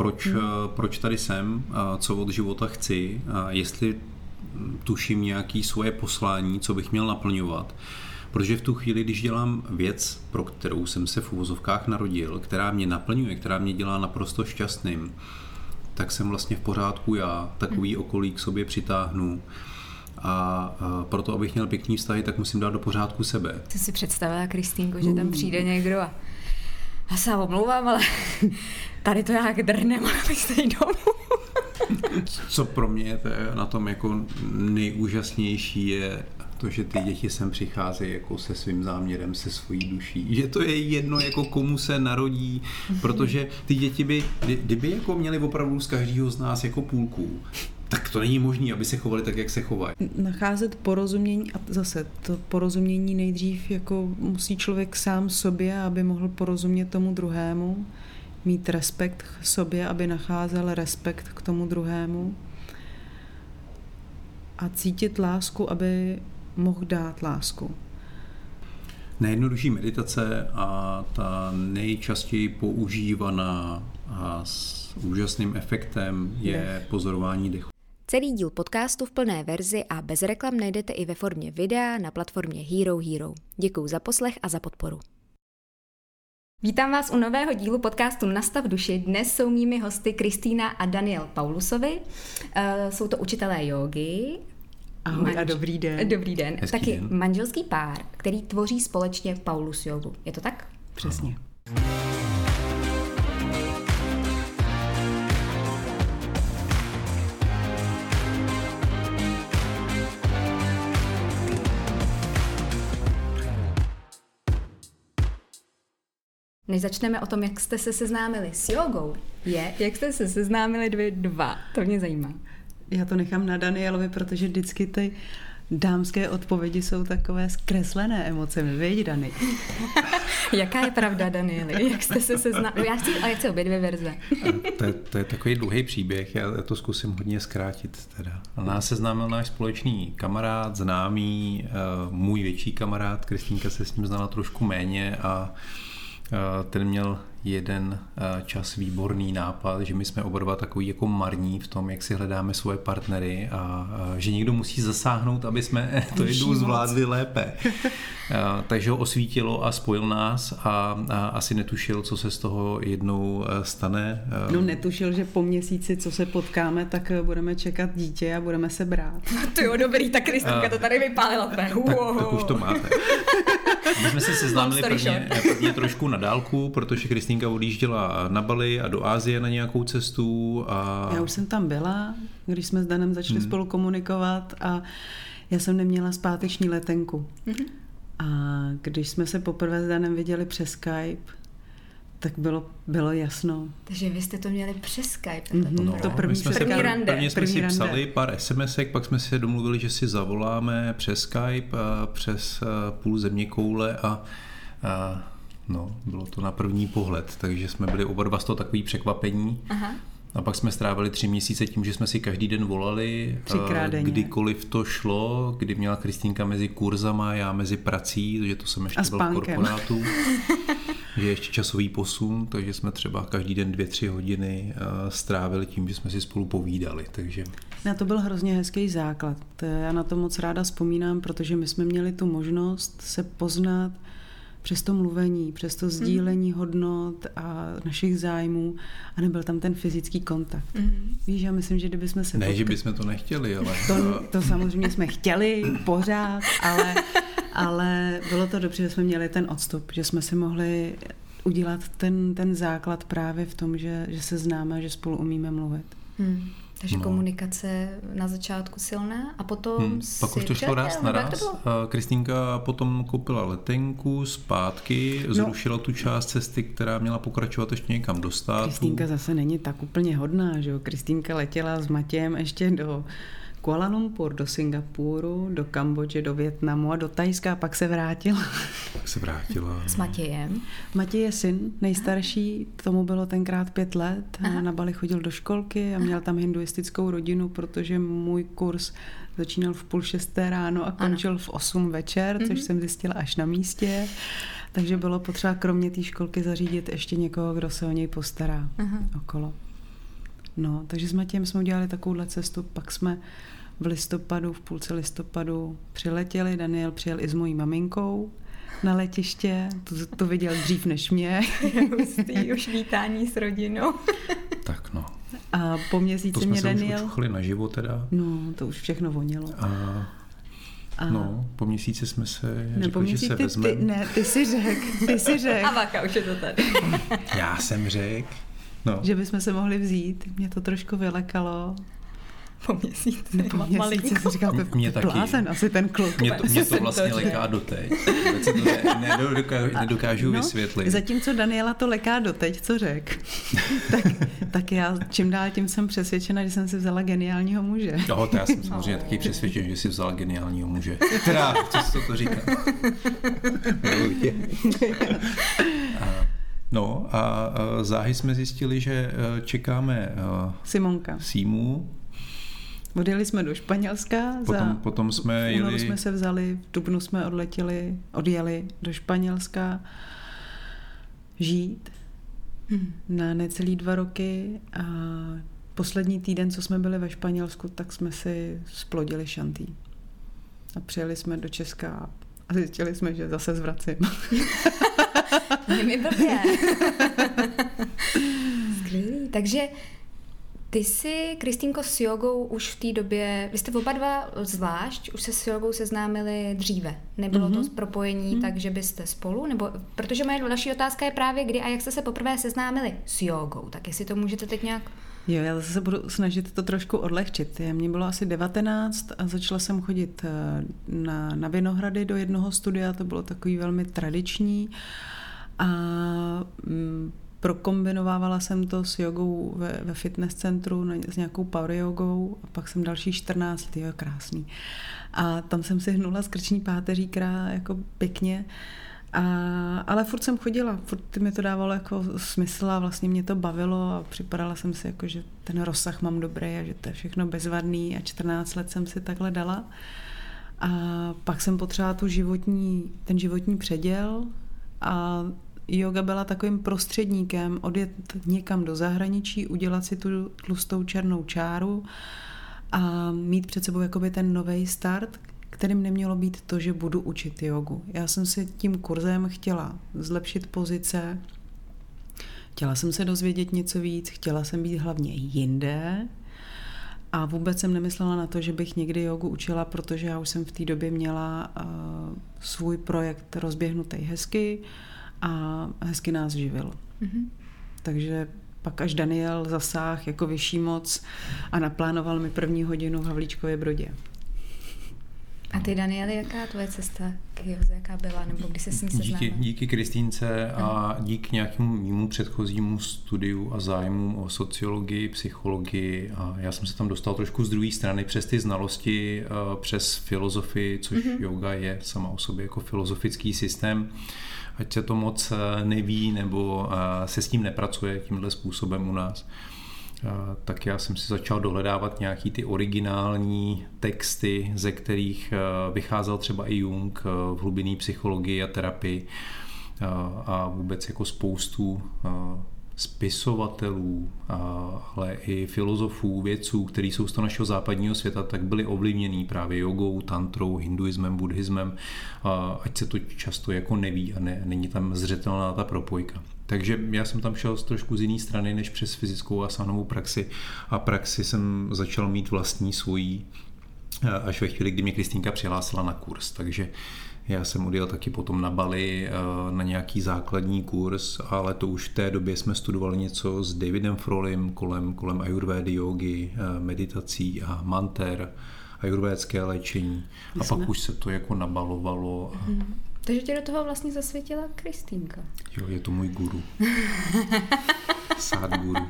proč tady jsem, co od života chci, jestli tuším nějaké svoje poslání, co bych měl naplňovat. Protože v tu chvíli, když dělám věc, pro kterou jsem se v uvozovkách narodil, která mě naplňuje, která mě dělá naprosto šťastným, tak jsem vlastně v pořádku já, takový okolí k sobě přitáhnu. A proto, abych měl pěkný vztahy, tak musím dát do pořádku sebe. Ty si představila, Kristýnko, že tam přijde někdo a já se omlouvám, ale tady to jak drnem, abych jít domů. Co pro mě je na tom jako nejúžasnější je to, že ty děti sem přicházejí jako se svým záměrem, se svojí duší. Že to je jedno, jako komu se narodí, protože ty děti kdyby jako měli opravdu z každého z nás jako půlku, tak to není možné, aby se chovali tak, jak se chovají. Nacházet porozumění a zase to porozumění nejdřív jako musí člověk sám sobě, aby mohl porozumět tomu druhému, mít respekt k sobě, aby nacházel respekt k tomu druhému a cítit lásku, aby mohl dát lásku. Nejjednodušší meditace a ta nejčastěji používaná a s úžasným efektem je pozorování dechu. Celý díl podcastu v plné verzi a bez reklam najdete i ve formě videa na platformě Hero Hero. Děkuju za poslech a za podporu. Vítám vás u nového dílu podcastu Nastav duši. Dnes jsou mými hosty Kristýna a Daniel Paulusovi. Jsou to učitelé jógy. Ahoj a dobrý den. Dobrý den. Hezký Taky den. manželský pár, který tvoří společně Paulus jogu. Je to tak? Přesně. Než začneme o tom, jak jste se seznámili s jogou, jak jste se seznámili vy dva. To mě zajímá. Já to nechám na Danielovi, protože vždycky ty dámské odpovědi jsou takové zkreslené emocemi, viď, Dani? Jaká je pravda, Danieli? Jak jste se seznámili? Já chci obě dvě verze. To je takový dlouhý příběh, já to zkusím hodně zkrátit. Teda. Nás seznámil náš společný kamarád, známý, můj větší kamarád, Kristýnka se s ním znala trošku méně a ten měl jeden čas výborný nápad, že my jsme oba dva takový jako marní v tom, jak si hledáme svoje partnery a že někdo musí zasáhnout, aby jsme to jednou zvládli lépe. Takže ho osvítilo a spojil nás a asi netušil, co se z toho jednou stane. No netušil, že po měsíci, co se potkáme, tak budeme čekat dítě a budeme se brát. To jo, dobrý, tak Kristýnka to tady vypálila. Tak už to máte. My jsme se seznámili prvně trošku na dálku, protože Kristýnka odjížděla na Bali a do Asie na nějakou cestu. Já už jsem tam byla, když jsme s Danem začali spolu komunikovat a já jsem neměla zpáteční letenku. A když jsme se poprvé s Danem viděli přes Skype, tak bylo jasno. Takže vy jste to měli přes Skype. To první rande. Prvně jsme si psali pár SMSek, pak jsme si domluvili, že si zavoláme přes Skype, přes půl zeměkoule a bylo to na první pohled, takže jsme byli oba dva z toho takový překvapení. Aha. A pak jsme strávili 3 měsíce tím, že jsme si každý den volali, kdykoliv to šlo, kdy měla Kristýnka mezi kurzama, já mezi prací, protože to jsem ještě byl v korporátu, že ještě časový posun, takže jsme třeba každý den 2-3 hodiny strávili tím, že jsme si spolu povídali. Takže... No, to byl hrozně hezký základ. Já na to moc ráda vzpomínám, protože my jsme měli tu možnost se poznat přes to mluvení, přes to sdílení hodnot a našich zájmů a nebyl tam ten fyzický kontakt. Víš, já myslím, že kdybychom se... Ne, že bychom to nechtěli, ale... To samozřejmě jsme chtěli pořád, ale bylo to dobře, že jsme měli ten odstup, že jsme si mohli udělat ten základ právě v tom, že se známe, že spolu umíme mluvit. Takže komunikace na začátku silná a potom pak už to šlo ráz na ráz. Kristýnka potom koupila letenku zpátky, zrušila tu část cesty, která měla pokračovat ještě někam do státu. Kristýnka zase není tak úplně hodná, že jo? Kristýnka letěla s Matějem ještě do Kuala Lumpur, do Singapuru, do Kambodže, do Vietnamu a do Thajska a pak se vrátila. S Matějem? Matěj je syn, nejstarší, tomu bylo tenkrát 5 let. Na Bali chodil do školky a měl tam hinduistickou rodinu, protože můj kurz začínal v 5:30 ráno a končil v 8 večer, což jsem zjistila až na místě. Takže bylo potřeba kromě té školky zařídit ještě někoho, kdo se o něj postará okolo. No, takže s Matějem jsme udělali takovouhle cestu, pak jsme v půlce listopadu přiletěli, Daniel přijel i s mojí maminkou na letiště, to viděl dřív než mě. Hustý, už vítání s rodinou. Tak no. A po měsíci mě Daniel... To jsme se už učuchli naživo teda. No, to už všechno vonělo. No, po měsíci jsme se řekli, že se vezmeme. Ty jsi řek. A Vaka, už je to tady. Já jsem řekl. No. Že bychom se mohli vzít. Mě to trošku vylekalo. Po měsíci. Po měsíci jsem říkal, mě taky. Blázen asi ten kluk. Mě to vlastně leká doteď. Nedokážu vysvětlit. Zatímco Daniela to leká doteď, co řek, tak já čím dál tím jsem přesvědčena, že jsem si vzala geniálního muže. No, to já jsem samozřejmě taky přesvědčen, že si vzala geniálního muže. Teda, co to říká? No a záhy jsme zjistili, že čekáme Símu. Odjeli jsme do Španělska. Potom jsme jeli... jsme se vzali, v dubnu jsme odjeli do Španělska žít na necelý 2 roky a poslední týden, co jsme byli ve Španělsku, tak jsme si splodili šantý. A přijeli jsme do Česka a zjistili jsme, že zase zvracím. Je mi blbě. Skvělý. Takže ty jsi, Kristýnko, s jogou už v té době, vy jste oba dva zvlášť, už se s jogou seznámili dříve. Nebylo to propojení tak, že byste spolu? Nebo, protože moje další otázka je právě kdy a jak jste se poprvé seznámili s jogou. Tak jestli to můžete teď nějak... Jo, já zase se budu snažit to trošku odlehčit. Mně bylo asi 19 a začala jsem chodit na Vinohrady do jednoho studia, to bylo takový velmi tradiční a prokombinovávala jsem to s jogou ve fitness centru, s nějakou power jogou a pak jsem další 14 let, krásný. A tam jsem si hnula skrční páteří jako pěkně, ale furt jsem chodila, furt mi to dávalo jako smysl a vlastně mě to bavilo a připadala jsem si jako, že ten rozsah mám dobrý a že to je všechno bezvadný a 14 let jsem si takhle dala. A pak jsem potřebovala ten životní předěl a yoga byla takovým prostředníkem odjet někam do zahraničí, udělat si tu tlustou černou čáru a mít před sebou jakoby ten nový start, kterým nemělo být to, že budu učit jogu. Já jsem si tím kurzem chtěla zlepšit pozice, chtěla jsem se dozvědět něco víc, chtěla jsem být hlavně jinde a vůbec jsem nemyslela na to, že bych někdy jogu učila, protože já už jsem v té době měla svůj projekt rozběhnutý hezky a hezky nás živil. Takže pak až Daniel zasáhl jako vyšší moc a naplánoval mi 1. hodinu v Havlíčkově Brodě. A ty, Danieli, jaká tvoje cesta k józe, jaká byla, nebo kdy se s ní seznámil? Díky Kristýnce a díky nějakému mému předchozímu studiu a zájmům o sociologii, psychologii a já jsem se tam dostal trošku z druhé strany přes ty znalosti, přes filozofii, což yoga je sama o sobě jako filozofický systém. Ať se to moc neví nebo se s tím nepracuje tímhle způsobem u nás, tak já jsem si začal dohledávat nějaký ty originální texty, ze kterých vycházel třeba i Jung v hlubinné psychologii a terapii a vůbec jako spoustu spisovatelů, ale i filozofů, vědců, kteří jsou z toho našeho západního světa, tak byli ovlivnění právě jogou, tantrou, hinduismem, buddhismem, ať se to často jako neví a není tam zřetelná ta propojka. Takže já jsem tam šel trošku z jiné strany, než přes fyzickou asanovou praxi a praxi jsem začal mít vlastní svojí až ve chvíli, kdy mě Kristýnka přihlásila na kurz, takže já jsem odjel taky potom na Bali na nějaký základní kurz, ale to už v té době jsme studovali něco s Davidem Frolim kolem ajurvédy, jogy, meditací a manter, ajurvédské léčení. A pak už se to jako nabalovalo. Takže tě do toho vlastně zasvětila Kristýnka. Jo, je to můj guru. Sadguru.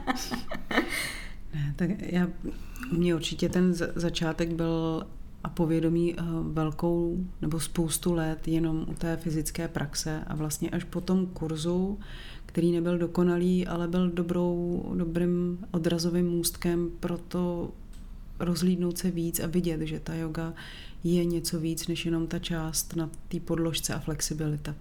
Ne, tak mě určitě ten začátek byl a povědomí velkou nebo spoustu let jenom u té fyzické praxe a vlastně až po tom kurzu, který nebyl dokonalý, ale byl dobrým odrazovým můstkem pro to rozhlídnout se víc a vidět, že ta yoga je něco víc, než jenom ta část na té podložce a flexibilita.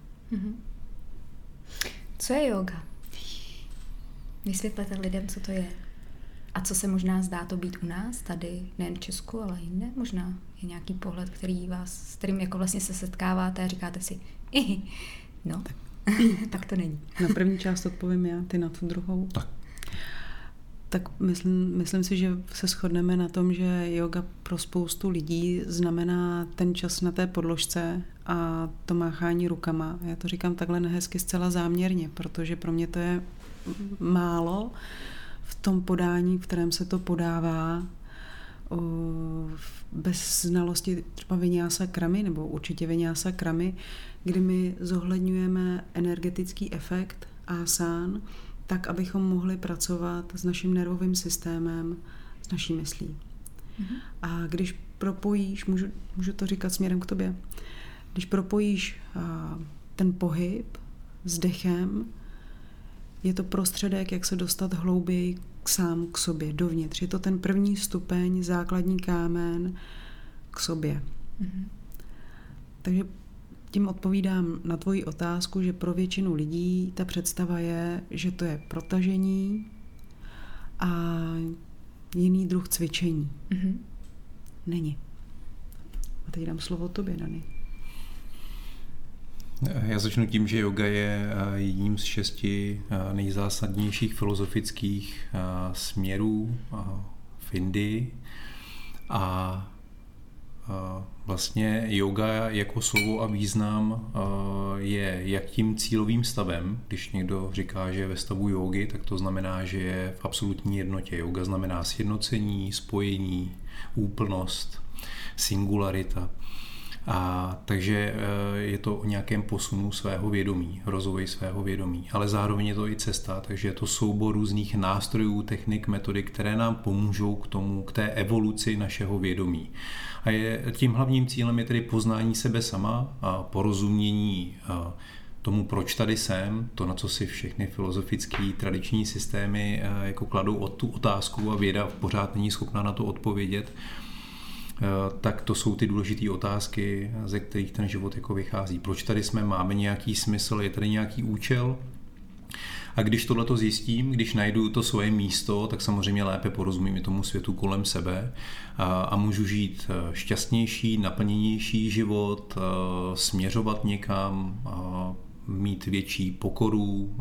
Co je yoga? Vysvětlete lidem, co to je. A co se možná zdá to být u nás, tady nejen v Česku, ale jinde? Možná je nějaký pohled, s kterým jako vlastně se setkáváte a říkáte si, no, tak to není. Na první část odpovím já, ty na tu druhou. Tak myslím si, že se shodneme na tom, že yoga pro spoustu lidí znamená ten čas na té podložce a to máchání rukama. Já to říkám takhle nehezky zcela záměrně, protože pro mě to je málo v tom podání, v kterém se to podává, bez znalosti třeba vinyasa kramy, nebo určitě vinyasa kramy, kdy my zohledňujeme energetický efekt asán, tak, abychom mohli pracovat s naším nervovým systémem, s naší myslí. Mm-hmm. A když propojíš, můžu to říkat směrem k tobě, když propojíš ten pohyb s dechem, je to prostředek, jak se dostat hlouběji sám k sobě, dovnitř. Je to ten první stupeň, základní kámen k sobě. Mm-hmm. Takže tím odpovídám na tvoji otázku, že pro většinu lidí ta představa je, že to je protažení a jiný druh cvičení. Mm-hmm. Není. A teď dám slovo tobě, Dani. Já začnu tím, že yoga je jedním z 6 nejzásadnějších filozofických směrů v Indii a vlastně yoga jako slovo a význam je jak tím cílovým stavem, když někdo říká, že je ve stavu jógy, tak to znamená, že je v absolutní jednotě. Yoga znamená sjednocení, spojení, úplnost, singularita. A takže je to o nějakém posunu svého vědomí, rozvoji svého vědomí, ale zároveň je to i cesta, takže je to soubor různých nástrojů, technik, metodik, které nám pomůžou k té evoluci našeho vědomí. A tím hlavním cílem je tedy poznání sebe sama a porozumění tomu, proč tady jsem, to, na co si všechny filozofické tradiční systémy jako kladou tu otázku a věda pořád není schopná na to odpovědět, tak to jsou ty důležité otázky, ze kterých ten život jako vychází. Proč tady jsme, máme nějaký smysl, je tady nějaký účel? A když tohleto zjistím, když najdu to svoje místo, tak samozřejmě lépe porozumím i tomu světu kolem sebe a můžu žít šťastnější, naplněnější život, směřovat někam, mít větší pokoru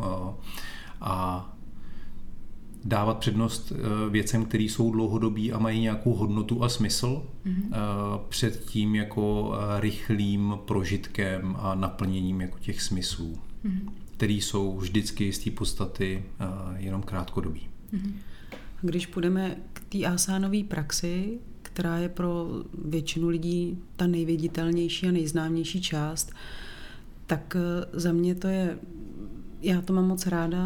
a dávat přednost věcem, které jsou dlouhodobí a mají nějakou hodnotu a smysl, před tím jako rychlým prožitkem a naplněním jako těch smyslů, které jsou vždycky z té podstaty jenom krátkodobí. Když půjdeme k té asánové praxi, která je pro většinu lidí ta nejviditelnější a nejznámější část, tak za mě to je, já to mám moc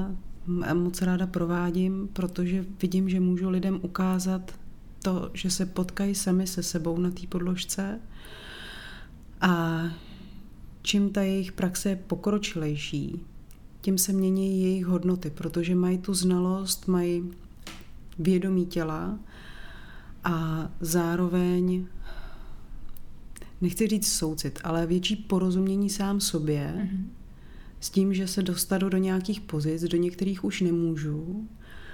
ráda provádím, protože vidím, že můžu lidem ukázat to, že se potkají sami se sebou na té podložce a čím ta jejich praxe je pokročilejší, tím se mění jejich hodnoty, protože mají tu znalost, mají vědomí těla a zároveň, nechci říct soucit, ale větší porozumění sám sobě, s tím, že se dostanu do nějakých pozic, do některých už nemůžu,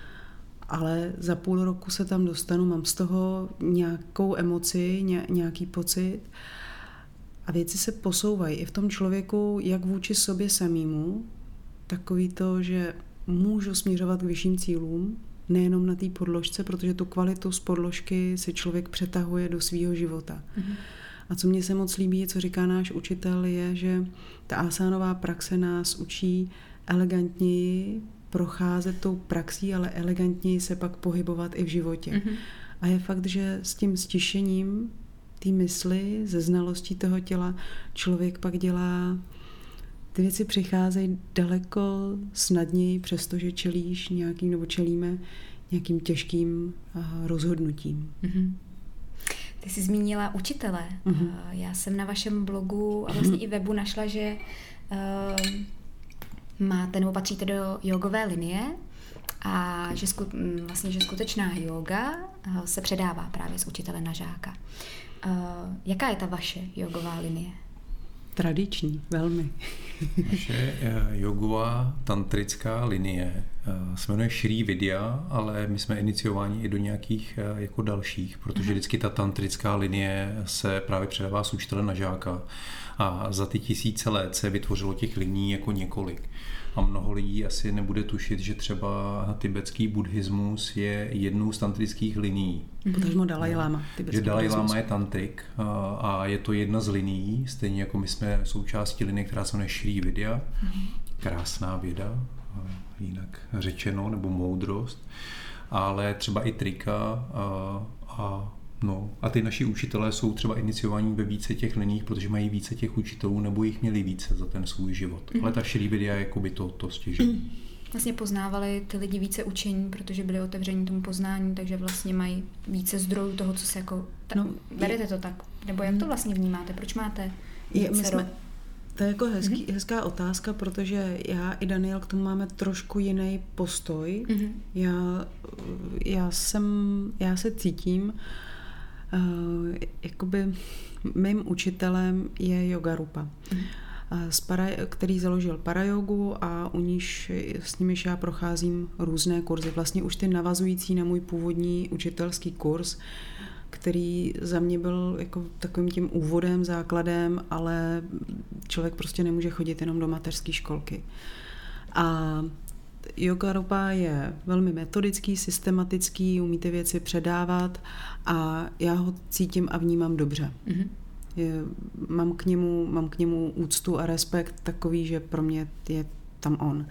ale za půl roku se tam dostanu, mám z toho nějakou emoci, nějaký pocit a věci se posouvají i v tom člověku, jak vůči sobě samému, takový to, že můžu směřovat k vyšším cílům, nejenom na té podložce, protože tu kvalitu z podložky si člověk přetahuje do svýho života. A co mně se moc líbí, co říká náš učitel, je, že ta asánová praxe nás učí elegantněji procházet tou praxí, ale elegantněji se pak pohybovat i v životě. A je fakt, že s tím stišením té mysli, ze znalostí toho těla, člověk pak dělá, ty věci přicházejí daleko snadněji, přestože čelíme nějakým těžkým rozhodnutím. Ty jsi zmínila učitele. Já jsem na vašem blogu a vlastně i webu našla, že máte nebo patříte do jogové linie a že skutečná yoga se předává právě z učitele na žáka. Jaká je ta vaše jogová linie? Tradiční, velmi. Naše jogová tantrická linie se jmenuje Shri Vidya, ale my jsme iniciováni i do nějakých jako dalších, protože vždycky ta tantrická linie se právě předává z učitele na žáka a za ty tisíce let se vytvořilo těch linií jako několik. A mnoho lidí asi nebude tušit, že třeba tibetský buddhismus je jednou z tantrických linií. Potažmo Dalaj Lama. Že Dalaj Lama je tantrik a je to jedna z linií, stejně jako my jsme součástí linie, která se jmenuje Shri Vidya, krásná věda, jinak řečeno, nebo moudrost, ale třeba i trika a ty naši učitelé jsou třeba iniciovaní ve více těch liních, protože mají více těch učitelů, nebo jich měli více za ten svůj život. Ale ta Shri Vidya je jakoby to stěžení. Vlastně poznávali ty lidi více učení, protože byli otevření tomu poznání, takže vlastně mají více zdrojů toho, co se jako... Berete to tak? Nebo jak to vlastně vnímáte? Proč máte více To je jako hezká otázka, protože já i Daniel k tomu máme trošku jiný postoj. Já se cítím, jakoby mým učitelem je Yoga Rupa, který založil parajogu a s nimiž já procházím různé kurzy. Vlastně už ty navazující na můj původní učitelský kurz, který za mě byl jako takovým tím úvodem, základem, ale člověk prostě nemůže chodit jenom do mateřské školky. A Yoga Rupa je velmi metodický, systematický, umí ty věci předávat a já ho cítím a vnímám dobře. Mám k němu úctu a respekt takový, že pro mě je tam on.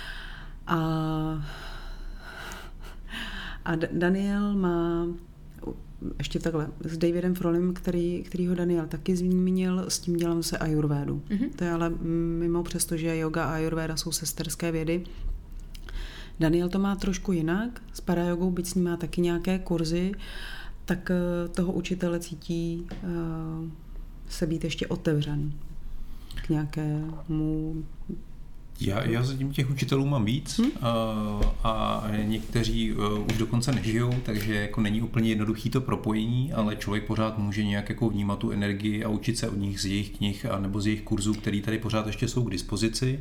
A Daniel má ještě takhle, s Davidem Frolim, který ho Daniel taky zmínil, s tím dělám se ajurvédu. To je ale mimo přesto, že yoga a ajurvéda jsou sesterské vědy. Daniel to má trošku jinak, s parajogou, byť s ním má taky nějaké kurzy, tak toho učitele cítí se být ještě otevřen k nějakému... Já zatím těch učitelů mám víc a někteří už dokonce nežijou, takže jako není úplně jednoduchý to propojení, ale člověk pořád může nějak jako vnímat tu energii a učit se od nich z jejich knih nebo z jejich kurzů, který tady pořád ještě jsou k dispozici.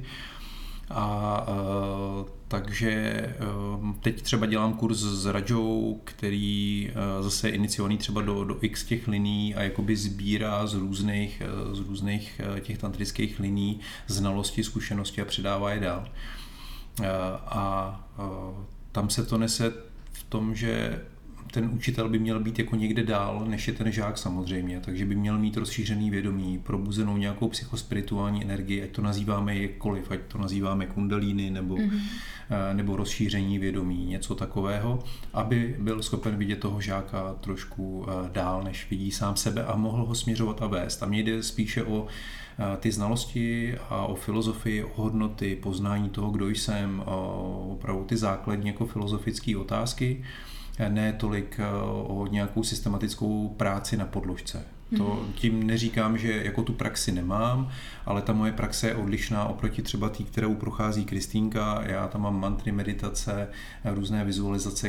Takže teď třeba dělám kurz s Rajou, který zase je iniciovaný třeba do x těch linií a jakoby sbírá z různých těch tantrických linií znalosti, zkušenosti a předává je dál. Tam se to nese v tom, že ten učitel by měl být jako někde dál, než je ten žák samozřejmě, takže by měl mít rozšířený vědomí, probuzenou nějakou psychospirituální energii, ať to nazýváme jakkoliv, ať to nazýváme kundalíny nebo rozšíření vědomí, něco takového, aby byl schopen vidět toho žáka trošku dál, než vidí sám sebe a mohl ho směřovat a vést. A mně jde spíše o ty znalosti a o filozofii, o hodnoty, poznání toho, kdo jsem, opravdu ty základní jako filozofické otázky, ne tolik o nějakou systematickou práci na podložce. To tím neříkám, že jako tu praxi nemám, ale ta moje praxe je odlišná oproti třeba té, kterou prochází Kristýnka. Já tam mám mantry, meditace, různé vizualizace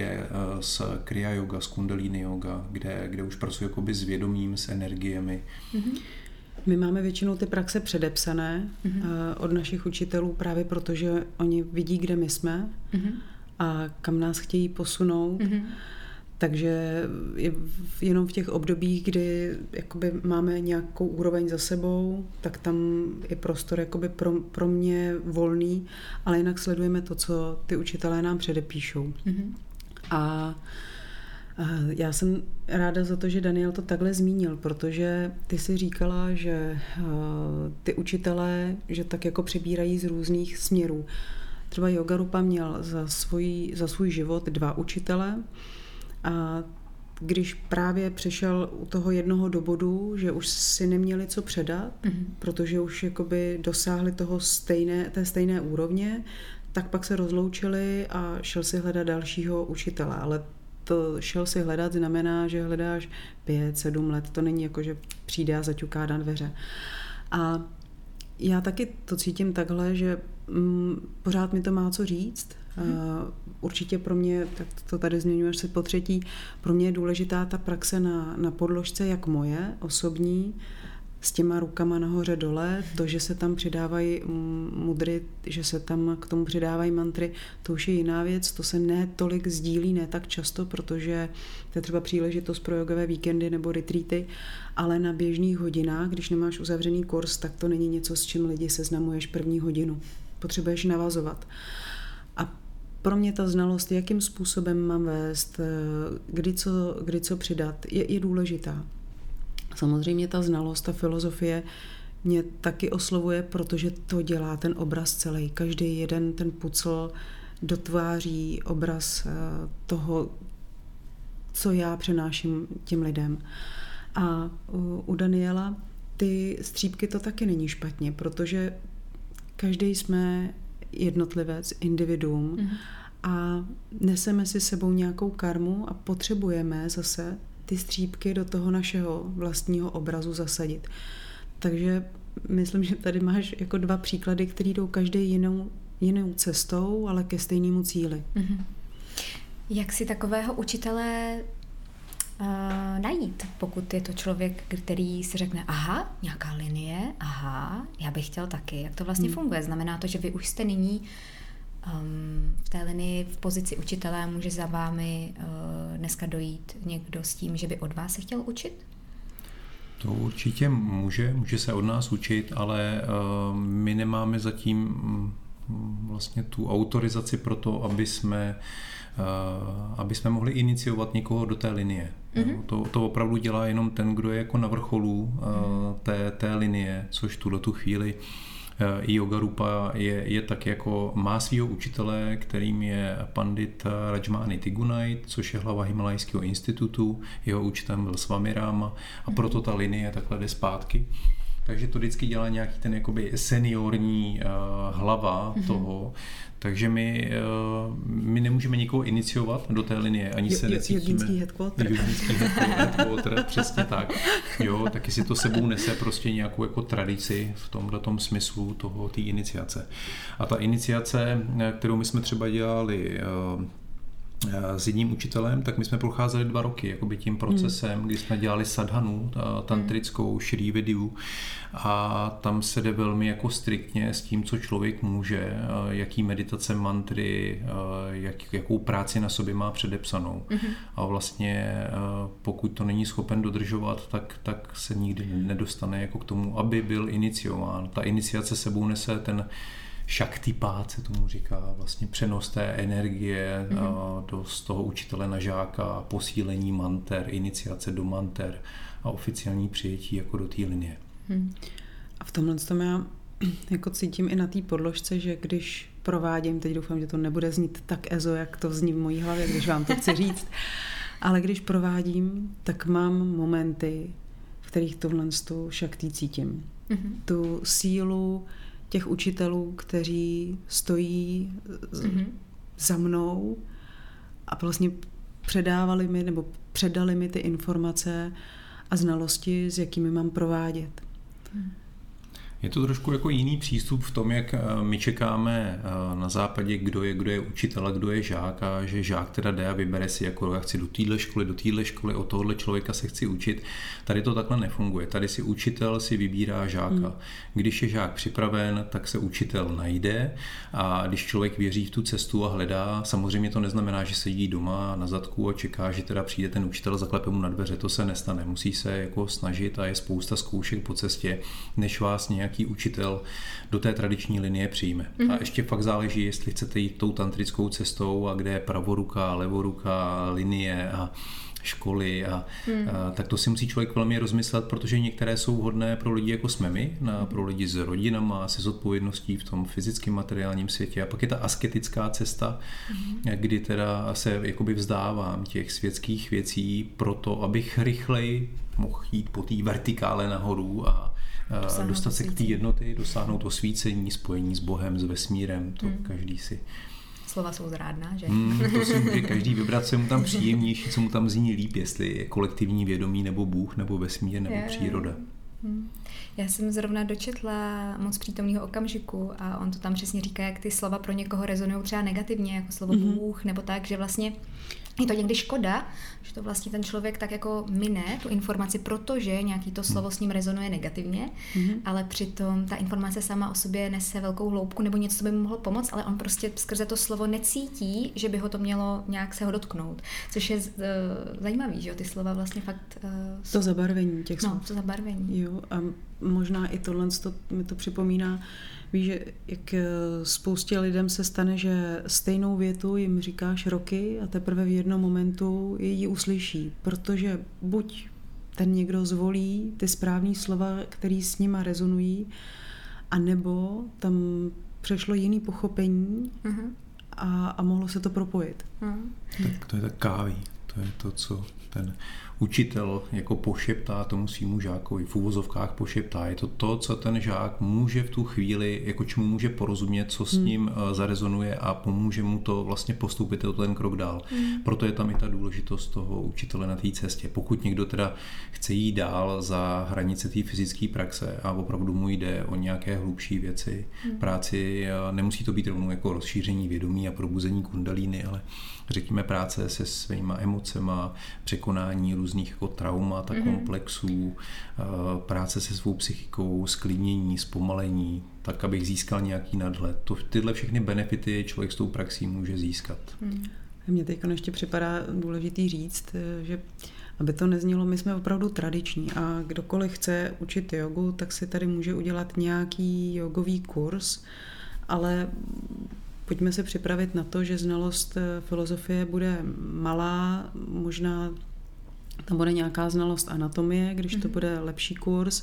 kriya yoga, z kundalini yoga, kde už pracuji jakoby s vědomím, s energiemi. My máme většinou ty praxe předepsané od našich učitelů právě proto, že oni vidí, kde my jsme a kam nás chtějí posunout. Takže jenom v těch obdobích, kdy jakoby máme nějakou úroveň za sebou, tak tam je prostor jakoby pro mě volný, ale jinak sledujeme to, co ty učitelé nám předepíšou. A já jsem ráda za to, že Daniel to takhle zmínil, protože ty si říkala, že ty učitelé, že tak jako přebírají z různých směrů. Třeba Yoga Rupa měl za svůj život 2 učitele a když právě přešel u toho jednoho do bodu, že už si neměli co předat, protože už jakoby dosáhli té stejné úrovně, tak pak se rozloučili a šel si hledat dalšího učitele. Ale to šel si hledat znamená, že hledáš 5-7 let. To není jako, že přijde a zaťuká na dveře. A já taky to cítím takhle, že pořád mi to má co říct. Určitě pro mě, tak to tady zmiňuješ si po třetí, pro mě je důležitá ta praxe na podložce, jak moje, osobní, s těma rukama nahoře dole, to, že se tam přidávají mudry, že se tam k tomu přidávají mantry, to už je jiná věc, to se ne tolik sdílí, ne tak často, protože to je třeba příležitost pro jogové víkendy nebo retreaty, ale na běžných hodinách, když nemáš uzavřený kurz, tak to není něco, s čím lidi seznamuješ první hodinu. Potřebuješ navazovat. A pro mě ta znalost, jakým způsobem mám vést, kdy co přidat, je důležitá. Samozřejmě ta znalost, ta filozofie mě taky oslovuje, protože to dělá ten obraz celý. Každý jeden ten pucl dotváří obraz toho, co já přenáším těm lidem. A u Daniela ty střípky to taky není špatně, protože každý jsme jednotlivec, individuum a neseme si sebou nějakou karmu a potřebujeme zase ty střípky do toho našeho vlastního obrazu zasadit. Takže myslím, že tady máš jako 2 příklady, které jdou každý jinou cestou, ale ke stejnému cíli. Jak si takového učitele najít, pokud je to člověk, který si řekne, aha, nějaká linie, aha, já bych chtěl taky. Jak to vlastně funguje? Znamená to, že vy už jste nyní v té linii v pozici učitele, může za vámi dneska dojít někdo s tím, že by od vás se chtěl učit? To určitě může se od nás učit, ale my nemáme zatím vlastně tu autorizaci pro to, aby jsme mohli iniciovat někoho do té linie. To opravdu dělá jenom ten, kdo je jako na vrcholu té linie, což tu chvíli i Yoga Rupa je tak jako má svýho učitele, kterým je pandit Rajmani Tigunait, což je hlava Himalajského institutu, jeho učitelem byl Swami Rama a proto ta linie takhle jde zpátky. Takže to vždycky dělá nějaký ten jakoby seniorní hlava toho, takže my nemůžeme nikoho iniciovat do té linie, ani se necítíme. Jogínský headquarter, přesně tak. Jo, taky si to sebou nese prostě nějakou jako tradici v tomhletom smyslu té iniciace. A ta iniciace, kterou my jsme třeba dělali s jedním učitelem, tak my jsme procházeli 2 roky jakoby tím procesem, kdy jsme dělali sadhanu, tantrickou Šrí Vidyu a tam se jde velmi jako striktně s tím, co člověk může, jaký meditace, mantry, jakou práci na sobě má předepsanou. A vlastně pokud to není schopen dodržovat, tak se nikdy nedostane jako k tomu, aby byl iniciován. Ta iniciace sebou nese ten Shaktipát se tomu říká, vlastně přenos té energie z toho učitele na žáka, posílení manter, iniciace do manter a oficiální přijetí jako do té linie. A v tomhle tom já jako cítím i na té podložce, že když provádím, teď doufám, že to nebude znít tak ezo, jak to zní v mojí hlavě, když vám to chci říct, ale když provádím, tak mám momenty, v kterých tohle šaktí cítím. Tu sílu těch učitelů, kteří stojí za mnou a vlastně předali mi ty informace a znalosti, s jakými mám provádět. Je to trošku jako jiný přístup v tom, jak my čekáme na západě, kdo je učitel a kdo je žák a že žák teda jde a vybere si, jako já chci do téhle školy, od tohohle člověka se chci učit. Tady to takhle nefunguje. Tady si učitel si vybírá žáka. Když je žák připraven, tak se učitel najde a když člověk věří v tu cestu a hledá, samozřejmě to neznamená, že sedí doma na zadku a čeká, že teda přijde ten učitel, zaklepe mu na dveře, to se nestane. Musí se jako snažit a je spousta zkoušek po cestě, než vás nějaký učitel do té tradiční linie přijme. A ještě fakt záleží, jestli chcete jít tou tantrickou cestou a kde je pravoruka, levoruka, linie a školy tak to si musí člověk velmi rozmyslet, protože některé jsou vhodné pro lidi jako jsme my, pro lidi s rodinama, se zodpovědností v tom fyzickém materiálním světě. A pak je ta asketická cesta, kdy teda se jakoby vzdávám těch světských věcí proto, abych rychleji mohl jít po té vertikále nahoru a dostat se k té jednoty, dosáhnout osvícení, spojení s Bohem, s vesmírem, to každý si... Slova jsou zrádná, že? To si může každý vybrat, co je mu tam příjemnější, co mu tam zní líp, jestli je kolektivní vědomí, nebo Bůh, nebo vesmír, nebo příroda. Já jsem zrovna dočetla Moc přítomného okamžiku a on to tam přesně říká, jak ty slova pro někoho rezonují třeba negativně, jako slovo Bůh, nebo tak, že vlastně je to někdy škoda, že to vlastně ten člověk tak jako mine tu informaci, protože nějaký to slovo s ním rezonuje negativně, ale přitom ta informace sama o sobě nese velkou hloubku nebo něco, co by mu mohlo pomoct, ale on prostě skrze to slovo necítí, že by ho to mělo nějak se ho dotknout. Což je zajímavý, že jo, ty slova vlastně fakt... To zabarvení těch slov. No, to zabarvení. Jo, a možná i tohle mi to připomíná, víš, že jak spoustě lidem se stane, že stejnou větu jim říkáš roky a teprve v jednom momentu ji uslyší, protože buď ten někdo zvolí ty správný slova, který s nima rezonují, anebo tam přešlo jiný pochopení a mohlo se to propojit. Tak to je tak káví. To je to, co ten učitel jako pošeptá tomu svýmu žákovi, v uvozovkách pošeptá. Je to, co ten žák může v tu chvíli, jako čemu může porozumět, co s ním zarezonuje a pomůže mu to vlastně postoupit ten krok dál. Proto je tam i ta důležitost toho učitele na té cestě. Pokud někdo teda chce jít dál za hranice té fyzické praxe a opravdu mu jde o nějaké hlubší věci, práci, nemusí to být rovnou jako rozšíření vědomí a probuzení kundalíny, ale řekněme práce se svýma emocema, překonání různých jako traumat a komplexů, práce se svou psychikou, sklidnění, zpomalení, tak abych získal nějaký nadhled. Tyhle všechny benefity člověk s tou praxí může získat. Mně teď ještě připadá důležitý říct, že aby to neznělo, my jsme opravdu tradiční a kdokoliv chce učit jogu, tak si tady může udělat nějaký jogový kurz, ale pojďme se připravit na to, že znalost filozofie bude malá, možná tam bude nějaká znalost anatomie, když to bude lepší kurz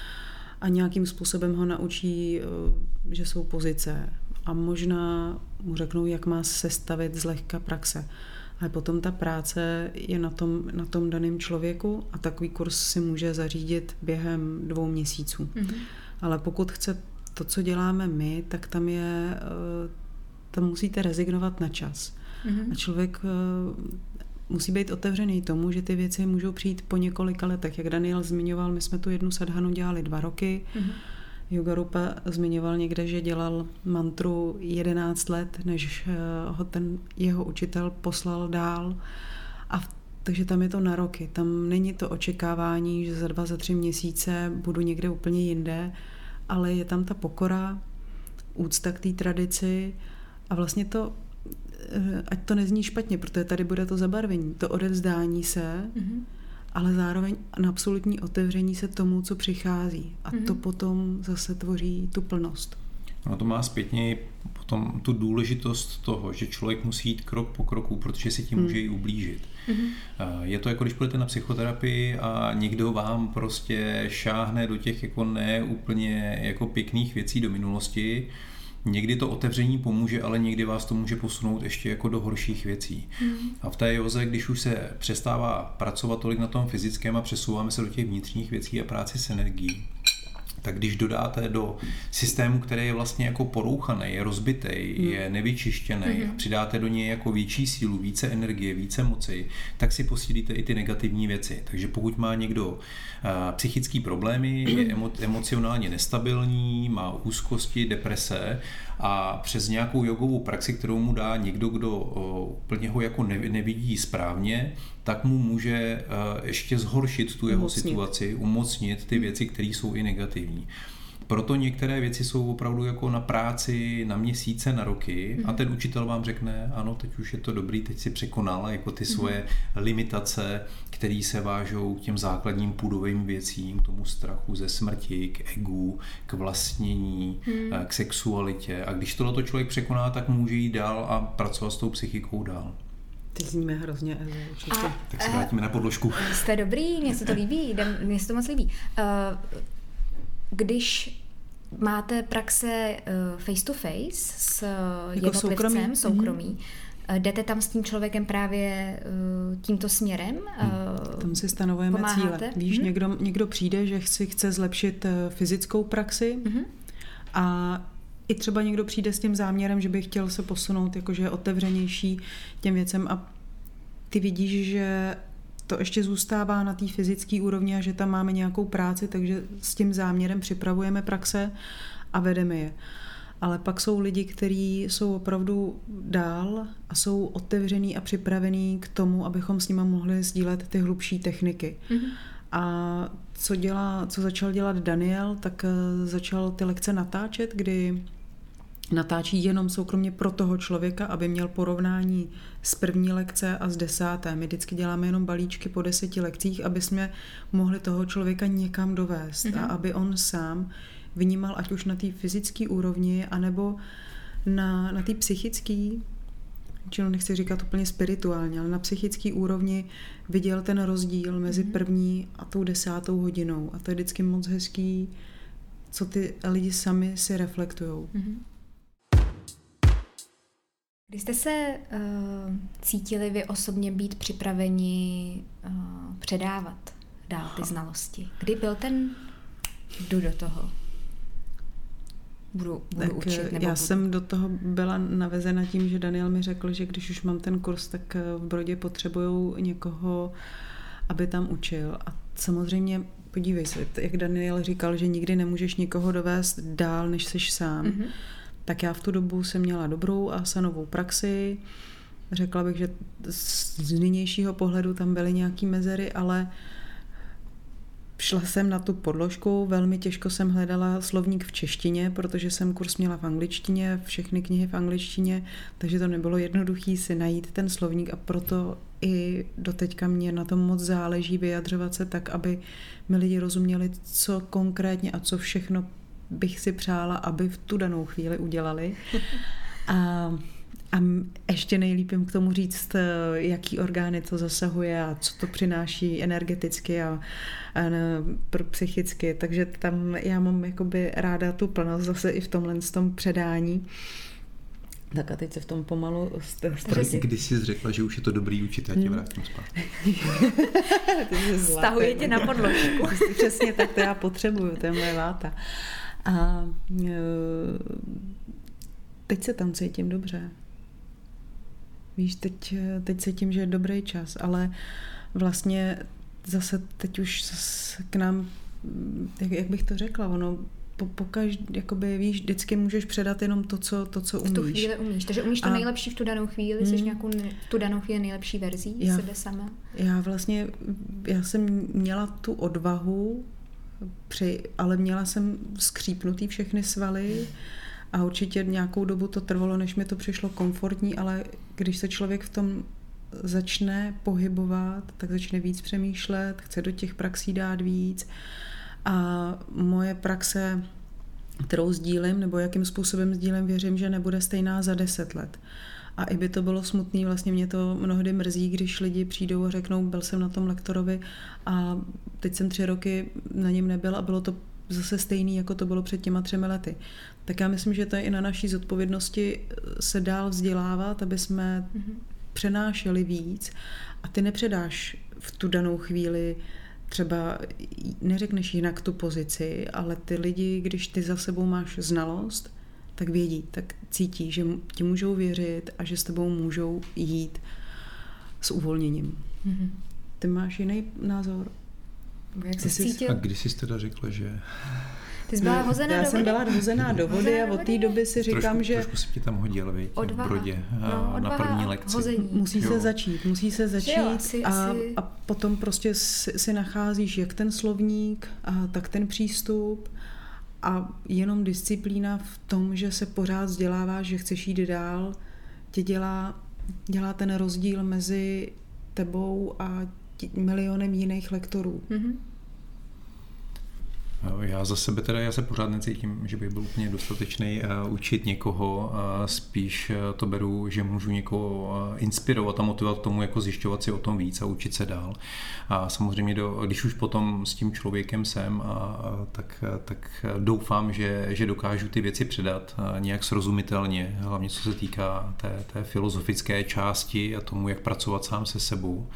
a nějakým způsobem ho naučí, že jsou pozice a možná mu řeknou, jak má sestavit zlehka praxe. Ale potom ta práce je na tom daném člověku a takový kurz si může zařídit během 2 měsíců. Ale pokud chce to, co děláme my, tak tam musíte rezignovat na čas. A člověk musí být otevřený tomu, že ty věci můžou přijít po několika letech. Jak Daniel zmiňoval, my jsme tu jednu sadhanu dělali 2 roky. Yogarupa zmiňoval někde, že dělal mantru 11 let, než ho ten jeho učitel poslal dál. Takže tam je to na roky. Tam není to očekávání, že za 2, za 3 měsíce budu někde úplně jinde, ale je tam ta pokora, úcta k té tradici a vlastně to, ať to nezní špatně, protože tady bude to zabarvení, to odevzdání se, ale zároveň na absolutní otevření se tomu, co přichází. A to potom zase tvoří tu plnost. No to má zpětně potom tu důležitost toho, že člověk musí jít krok po kroku, protože si tím může i ublížit. Je to jako když půjdete na psychoterapii a někdo vám prostě šáhne do těch jako ne úplně jako pěkných věcí do minulosti. Někdy to otevření pomůže, ale někdy vás to může posunout ještě jako do horších věcí. A v té józe, když už se přestává pracovat tolik na tom fyzickém a přesouváme se do těch vnitřních věcí a práci s energií, tak když dodáte do systému, který je vlastně jako porouchaný, je rozbitej, je nevyčištěný a přidáte do něj jako větší sílu, více energie, více moci, tak si posílíte i ty negativní věci. Takže pokud má někdo psychické problémy, je emocionálně nestabilní, má úzkosti, deprese a přes nějakou jogovou praxi, kterou mu dá někdo, kdo úplně ho jako nevidí správně, tak mu může ještě zhoršit tu jeho situaci, umocnit ty věci, které jsou i negativní. Proto některé věci jsou opravdu jako na práci, na měsíce, na roky a ten učitel vám řekne, ano, teď už je to dobrý, teď si překonal jako ty svoje limitace, které se vážou k těm základním půdovým věcím, k tomu strachu ze smrti, k egu, k vlastnění, k sexualitě. A když tohleto člověk překoná, tak může jít dál a pracovat s tou psychikou dál. Ty zníme hrozně, určitě. Tak se vrátíme na podložku. Jste dobrý, mně se to líbí, mně se to moc líbí. Když máte praxe face to face s jednotlivcem, soukromí, jdete tam s tím člověkem právě tímto směrem? Tam si stanovujeme cíle. Víš, někdo přijde, že chce zlepšit fyzickou praxi a i třeba někdo přijde s tím záměrem, že by chtěl se posunout, jakože je otevřenější těm věcem a ty vidíš, že to ještě zůstává na té fyzické úrovni a že tam máme nějakou práci, takže s tím záměrem připravujeme praxe a vedeme je. Ale pak jsou lidi, kteří jsou opravdu dál a jsou otevřený a připravený k tomu, abychom s nimi mohli sdílet ty hlubší techniky. A co začal dělat Daniel, tak začal ty lekce natáčet, kdy natáčí jenom soukromně pro toho člověka, aby měl porovnání z první lekce a z 10. My vždycky děláme jenom balíčky po 10 lekcích, aby jsme mohli toho člověka někam dovést a aby on sám vnímal, ať už na té fyzické úrovni, anebo na té psychické, čili nechci říkat úplně spirituálně, ale na psychické úrovni viděl ten rozdíl mezi první a tou 10. hodinou. A to je vždycky moc hezký, co ty lidi sami si reflektujou. Kdy jste se cítili vy osobně být připraveni předávat dál ty znalosti? Kdy byl ten jdu do toho? Budu učit, nebo já jsem do toho byla navezena tím, že Daniel mi řekl, že když už mám ten kurz, tak v Brodě potřebujou někoho, aby tam učil. A samozřejmě, podívej se, jak Daniel říkal, že nikdy nemůžeš nikoho dovést dál, než seš sám. Tak já v tu dobu jsem měla dobrou asanovou praxi. Řekla bych, že z nynějšího pohledu tam byly nějaký mezery, ale šla jsem na tu podložku, velmi těžko jsem hledala slovník v češtině, protože jsem kurz měla v angličtině, všechny knihy v angličtině, takže to nebylo jednoduché si najít ten slovník a proto i doteďka mě na tom moc záleží vyjadřovat se tak, aby mi lidi rozuměli, co konkrétně a co všechno bych si přála, aby v tu danou chvíli udělali. A ještě nejlíp jim k tomu říct, jaký orgány to zasahuje a co to přináší energeticky a psychicky. Takže tam já mám jakoby ráda tu plnost zase i v tomhle předání. Tak a teď se v tom pomalu ztratím. Když jsi řekla, že už je to dobrý učit, já tě vrátím zpátky. Stahuje tě na podložku. Přesně tak, to já potřebuju, to je moje váta. A teď se tam cítím dobře. Víš, teď cítím, že je dobrý čas, ale vlastně zase teď už k nám, jak bych to řekla, ono jakoby, víš, vždycky můžeš předat jenom to, co umíš. V tu chvíli umíš, takže umíš to nejlepší v tu danou chvíli, jsi nějakou v tu danou chvíli nejlepší verzí sebe sama? Já jsem měla tu odvahu, ale měla jsem skřípnutý všechny svaly a určitě nějakou dobu to trvalo, než mi to přišlo komfortní, ale když se člověk v tom začne pohybovat, tak začne víc přemýšlet, chce do těch praxí dát víc. A moje praxe, kterou sdílím, nebo jakým způsobem sdílím, věřím, že nebude stejná za 10 let. A i by to bylo smutný, vlastně mě to mnohdy mrzí, když lidi přijdou a řeknou, byl jsem na tom lektorovi a teď jsem 3 roky na něm nebyl a bylo to zase stejný, jako to bylo před těma 3 lety. Tak já myslím, že to je i na naší zodpovědnosti se dál vzdělávat, aby jsme přenášeli víc a ty nepředáš v tu danou chvíli třeba neřekneš jinak tu pozici, ale ty lidi, když ty za sebou máš znalost, tak vědí, tak cítí, že ti můžou věřit a že s tebou můžou jít s uvolněním. Ty máš jiný názor? Jak jsi cítil? A když jsi teda řekla, že... Ty jsi byla hozená do vody? Já jsem byla hozená do vody a od té doby si říkám, že... Trošku si ti tam hodil, viď? V Brodě na první lekci. Hození. Musí se začít a potom prostě si nacházíš jak ten slovník, tak ten přístup a jenom disciplína v tom, že se pořád vzděláváš, že chceš jít dál, tě dělá ten rozdíl mezi tebou a milionem jiných lektorů. Já za sebe teda, já se pořád necítím, že bych byl úplně dostatečný učit někoho, spíš to beru, že můžu někoho inspirovat a motivovat tomu, jako zjišťovat si o tom víc a učit se dál. A samozřejmě, když už potom s tím člověkem jsem, tak doufám, že dokážu ty věci předat nějak srozumitelně, hlavně co se týká té filozofické části a tomu, jak pracovat sám se sebou.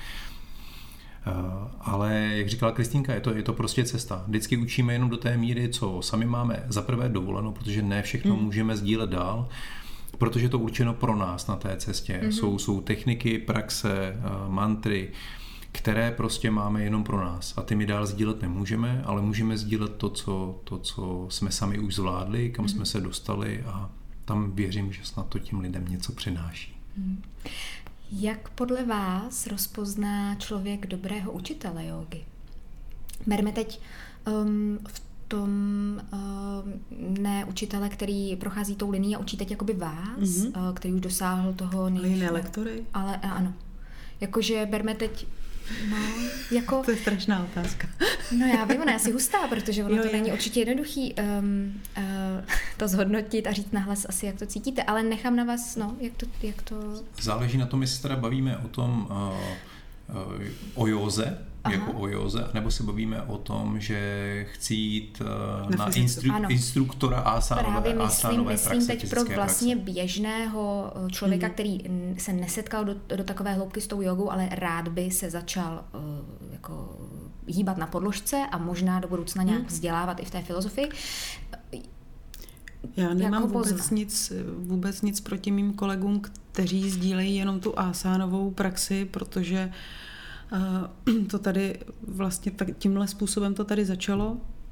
Ale jak říkala Kristýnka, je to prostě cesta. Vždycky učíme jenom do té míry, co sami máme za prvé dovoleno, protože ne všechno můžeme sdílet dál, protože je to určeno pro nás na té cestě. Jsou techniky, praxe, mantry, které prostě máme jenom pro nás. A ty my dál sdílet nemůžeme, ale můžeme sdílet to, co jsme sami už zvládli, kam jsme se dostali tam věřím, že snad to tím lidem něco přináší. Jak podle vás rozpozná člověk dobrého učitele jógy? Berme teď v tom ne učitele, který prochází tou linií a učí teď jakoby vás, který už dosáhl toho nejvyššího. Lektory? Ale ano. Jakože berme teď, no, jako... To je strašná otázka. No já vím, ona je asi hustá, protože ono to není určitě jednoduchý to zhodnotit a říct nahlas asi, jak to cítíte, ale nechám na vás, no, jak to... Záleží na tom, jestli teda bavíme o tom, o józe, jako o józe, nebo se bavíme o tom, že chci jít na instruktora asánové praxe. Myslím teď pro vlastně běžného člověka, který se nesetkal do takové hloubky s tou jogou, ale rád by se začal jako hýbat na podložce a možná do budoucna nějak vzdělávat i v té filozofii. Já nemám vůbec nic proti mým kolegům, kteří sdílejí jenom tu asánovou praxi, protože to tady vlastně tímhle způsobem to tady začalo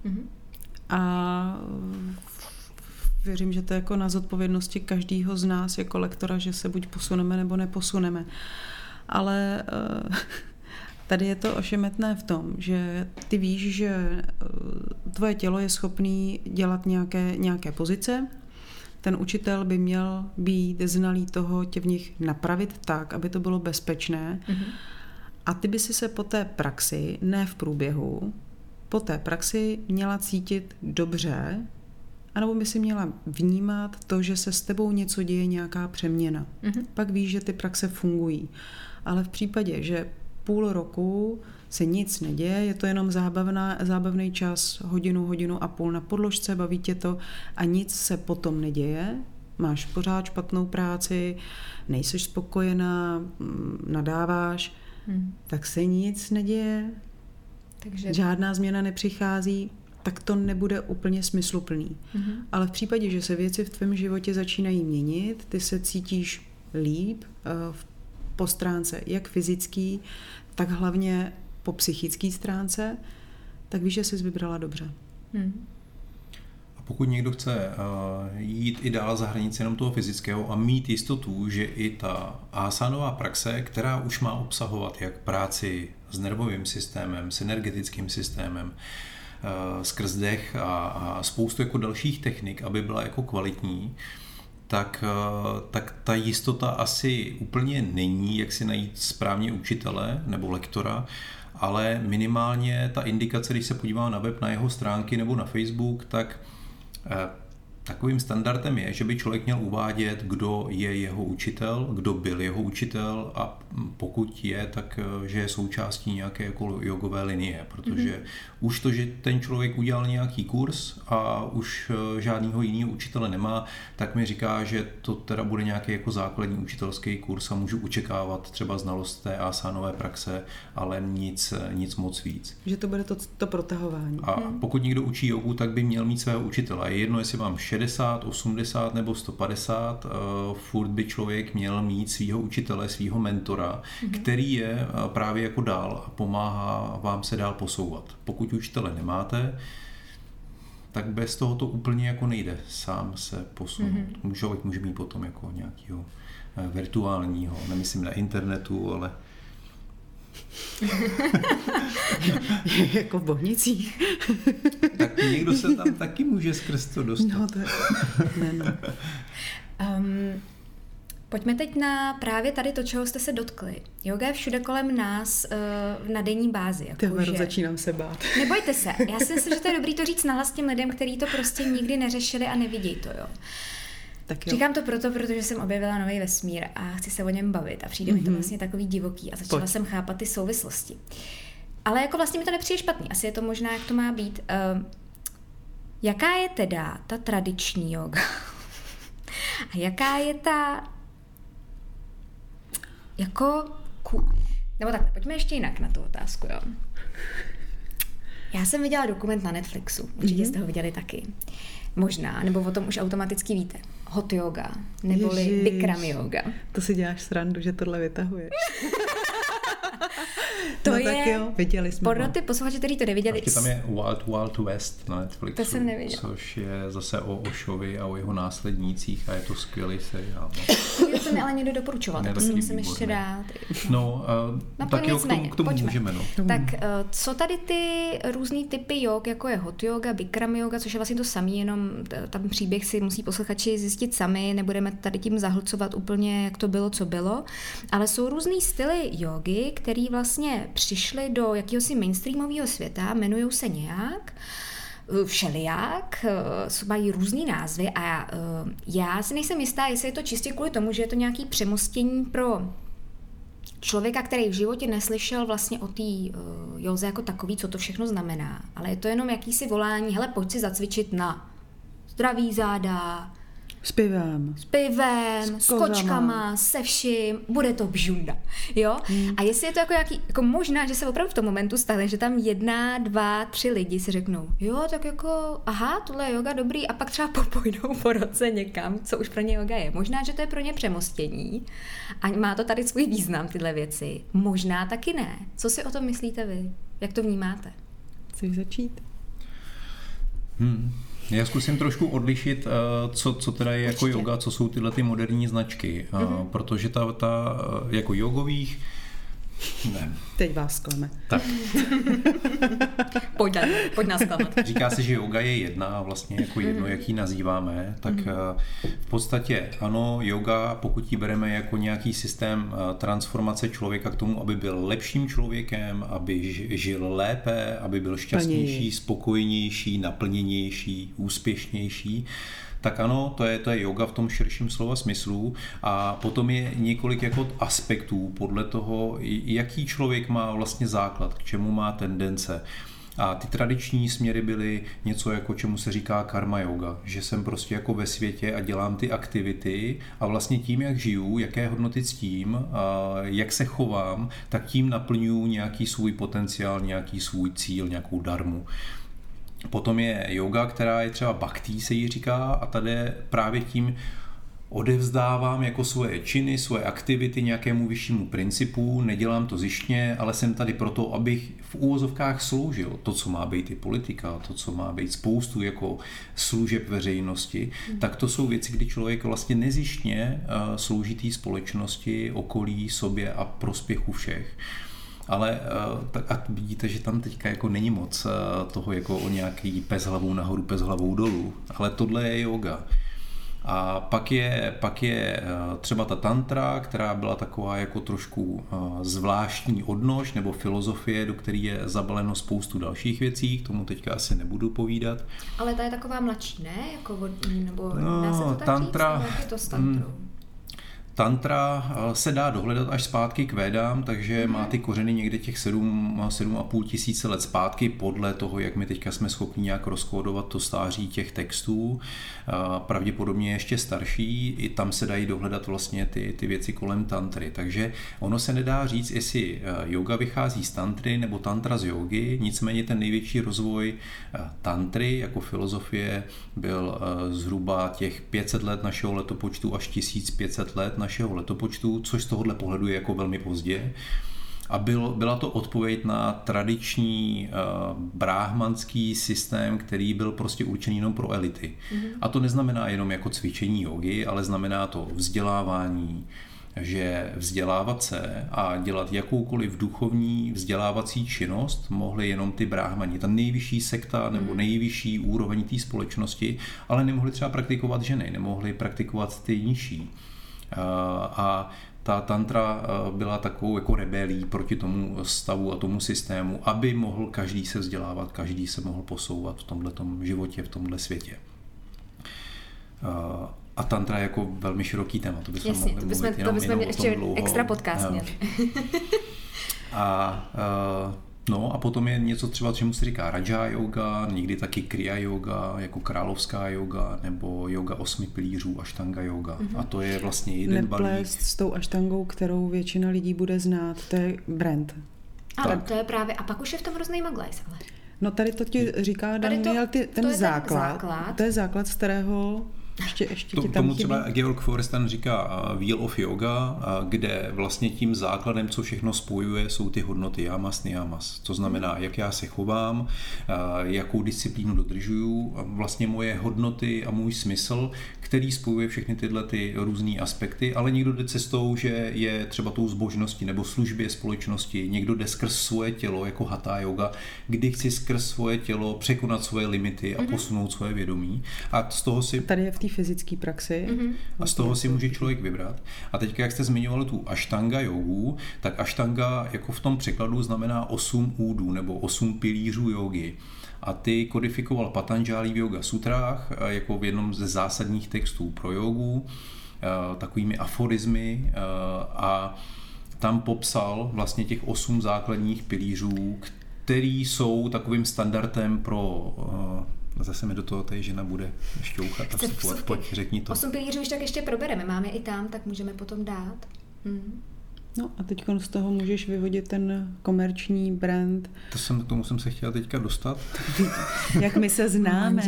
a věřím, že to je jako na zodpovědnosti každého z nás jako lektora, že se buď posuneme nebo neposuneme. Ale tady je to ošemetné v tom, že ty víš, že tvoje tělo je schopný dělat nějaké pozice. Ten učitel by měl být znalý toho, tě v nich napravit tak, aby to bylo bezpečné. A ty by si se po té praxi, ne v průběhu, po té praxi měla cítit dobře, anebo by si měla vnímat to, že se s tebou něco děje, nějaká přeměna. Pak víš, že ty praxe fungují. Ale v případě, že půl roku se nic neděje, je to jenom zábavný čas, hodinu a půl na podložce, baví tě to a nic se potom neděje, máš pořád špatnou práci, nejseš spokojená, nadáváš, tak se nic neděje, takže žádná změna nepřichází, tak to nebude úplně smysluplný. Ale v případě, že se věci v tvém životě začínají měnit, ty se cítíš líp po stránce jak fyzický, tak hlavně po psychické stránce, tak víš, že jsi vybrala dobře. A pokud někdo chce jít i dál za hranici jenom toho fyzického a mít jistotu, že i ta asánová praxe, která už má obsahovat jak práci s nervovým systémem, s energetickým systémem, skrz dech a spoustu jako dalších technik, aby byla jako kvalitní, tak ta jistota asi úplně není, jak si najít správně učitele nebo lektora, ale minimálně ta indikace, když se podívá na web, na jeho stránky nebo na Facebook, tak takovým standardem je, že by člověk měl uvádět, kdo je jeho učitel, kdo byl jeho učitel a pokud je, tak že je součástí nějaké jako jogové linie, protože už to, že ten člověk udělal nějaký kurz a už žádného jiného učitele nemá, tak mi říká, že to teda bude nějaký jako základní učitelský kurz a můžu očekávat třeba znalost té asánové praxe, ale nic moc víc. Že to bude to protahování. A pokud někdo učí jogu, tak by měl mít svého učitele. Je jedno, jestli mám 60, 80 nebo 150, furt by člověk měl mít svého učitele, svého mentora, který je právě jako dál a pomáhá vám se dál posouvat. Pokud učitele nemáte, tak bez toho to úplně jako nejde sám se posunout. Člověk může mít potom jako nějakého virtuálního, nemyslím na internetu, ale jako v Bohnicích. Tak někdo se tam taky může skrz to dostat. No, to je... ne. Pojďme teď na právě tady to, čeho jste se dotkli. Yoga je všude kolem nás na denní bázi. Začínám se bát. Nebojte se. Já si myslím, že to je dobrý to říct nahlas těm lidem, kteří to prostě nikdy neřešili a nevidějí to. Jo. Říkám to protože jsem objevila nový vesmír a chci se o něm bavit a přijde mi to vlastně takový divoký a začala jsem chápat ty souvislosti. Ale jako vlastně mi to nepřijde špatný. Asi je to možná, jak to má být. Jaká je teda ta tradiční yoga? A jaká je ta nebo takhle, pojďme ještě jinak na tu otázku, jo. Já jsem viděla dokument na Netflixu, určitě jste ho viděli taky. Možná, nebo o tom už automaticky víte. Hot yoga, neboli Bikram yoga. To si děláš srandu, že tohle vytahuješ. To no je tak jo, viděli jsme pro ty posluchači, kteří to neviděli. Ještě tam je Wild West na Netflixu, to jsem neviděla. Což je zase o Oshovi a o jeho následnících a je to skvělý seriál. Jo, to mi ale někdo doporučoval, tak to si musím ještě dát. No, tak jo, k tomu můžeme. No. Tak co tady ty různý typy jog, jako je hot yoga, Bikram yoga, což je vlastně to samý, jenom tam příběh si musí posluchači zjistit sami, nebudeme tady tím zahlcovat úplně, jak to bylo, co bylo, ale jsou různý styly jogy, který vlastně přišly do jakéhosi mainstreamového světa, jmenujou se nějak, všelijak, mají různý názvy a já si nejsem jistá, jestli je to čistě kvůli tomu, že je to nějaký přemostění pro člověka, který v životě neslyšel vlastně o té józe jako takový, co to všechno znamená, ale je to jenom jakýsi volání, hele, pojď si zacvičit na zdravý záda, s pivem, s kočkama, se vším, bude to bžunda, jo? A jestli je to jako možná, že se opravdu v tom momentu stane, že tam 1, 2, 3 lidi si řeknou, jo, tak jako, aha, tohle je yoga, dobrý, a pak třeba popojdou po roce někam, co už pro ně yoga je. Možná, že to je pro ně přemostění a má to tady svůj význam, tyhle věci. Možná taky ne. Co si o tom myslíte vy? Jak to vnímáte? Chceš začít? Já zkusím trošku odlišit, co teda je jako yoga, co jsou tyhle ty moderní značky, protože ta jako jogových ne. Teď vás zklame. Tak. Pojď nás zklamat. Říká se, že yoga je jedna a vlastně jako jedno, jak ji nazýváme, tak v podstatě ano, yoga, pokud ji bereme jako nějaký systém transformace člověka k tomu, aby byl lepším člověkem, aby žil lépe, aby byl šťastnější, spokojenější, naplněnější, úspěšnější, tak ano, to je yoga v tom širším slova smyslu a potom je několik jako aspektů podle toho, jaký člověk má vlastně základ, k čemu má tendence. A ty tradiční směry byly něco, jako čemu se říká karma yoga, že jsem prostě jako ve světě a dělám ty aktivity a vlastně tím, jak žiju, jaké hodnoty ctím, jak se chovám, tak tím naplňuji nějaký svůj potenciál, nějaký svůj cíl, nějakou dharmu. Potom je yoga, která je třeba bhakti, se jí říká, a tady právě tím odevzdávám jako svoje činy, svoje aktivity nějakému vyššímu principu, nedělám to zištně, ale jsem tady proto, abych v úvozovkách sloužil to, co má být i politika, to, co má být spoustu jako služeb veřejnosti, tak to jsou věci, kdy člověk vlastně nezištně slouží té společnosti, okolí, sobě a prospěchu všech. Ale a vidíte, že tam teďka jako není moc toho jako o nějaký pes hlavou nahoru, pes hlavou dolů, ale tohle je yoga. A pak je třeba ta tantra, která byla taková jako trošku zvláštní odnož nebo filozofie, do které je zabaleno spoustu dalších věcí, k tomu teďka asi nebudu povídat. Ale ta je taková mladší, ne? Jako nebo dá se to tak tantra, říct? Jak je to s tantrou? Tantra se dá dohledat až zpátky k Védám, takže má ty kořeny někde těch 7,5 tisíce let zpátky podle toho, jak my teďka jsme schopni nějak rozkódovat to stáří těch textů. Pravděpodobně ještě starší, i tam se dají dohledat vlastně ty věci kolem tantry. Takže ono se nedá říct, jestli yoga vychází z tantry nebo tantra z jógy, nicméně ten největší rozvoj tantry jako filozofie byl zhruba těch 500 let našeho letopočtu až 1500 let našeho letopočtu, což z tohohle pohledu je jako velmi pozdě. A byla to odpověď na tradiční bráhmanský systém, který byl prostě určený jenom pro elity. A to neznamená jenom jako cvičení jógy, ale znamená to vzdělávání, že vzdělávat se a dělat jakoukoliv duchovní vzdělávací činnost mohli jenom ty bráhmani, ta nejvyšší sekta nebo nejvyšší úroveň té společnosti, ale nemohli třeba praktikovat ženy, nemohli praktikovat ty nižší. A ta tantra byla takovou jako rebelí proti tomu stavu a tomu systému, aby mohl každý se vzdělávat, každý se mohl posouvat v tomhletom životě, v tomhle světě. A tantra je jako velmi široký téma, to bychom mohli mluvit jenom ještě dlouho. Extra podcast měli. No a potom je něco třeba, čemu se říká Raja yoga, někdy taky Kriya yoga, jako královská yoga, nebo yoga 8 pilířů, Ashtanga yoga. A to je vlastně jeden balík. Neplést s tou aštangou, kterou většina lidí bude znát, to je brand. Ale to je právě, a pak už je v tom hrozný maglajs, ale. No tady to ti říká Daniel, ten základ. To je základ, z kterého Ještě ti tam tomu chybí? třeba Georg Forrestan říká Wheel of Yoga, kde vlastně tím základem, co všechno spojuje, jsou ty hodnoty jámas, niyamas. To znamená, jak já se chovám, jakou disciplínu dodržuju, vlastně moje hodnoty a můj smysl, který spojuje všechny tyhle ty různé aspekty, ale někdo jde cestou, že je třeba tou zbožností nebo službě společnosti, někdo jde skrz svoje tělo, jako hatha yoga, kdy chci skrz svoje tělo překonat svoje limity a posunout svoje vědomí. A z toho si... Tady je v té fyzické praxi. A z toho si může člověk vybrat. A teď, jak jste zmiňovali tu Ashtanga jogu, tak Ashtanga jako v tom překladu znamená 8 údů nebo 8 pilířů jogy. A ty kodifikoval Patanjali v Yoga sutrách jako v jednom ze zásadních textů pro jogu, takovými aforizmy a tam popsal vlastně těch 8 základních pilířů, který jsou takovým standardem pro... Zase mi do toho tady žena bude šťouchat a vstupovat. Pojď, řekni to. 8 pilířů už tak ještě probereme, máme i tam, tak můžeme potom dát. No a teď z toho můžeš vyhodit ten komerční brand. K tomu jsem se chtěla teďka dostat. Jak my se známe.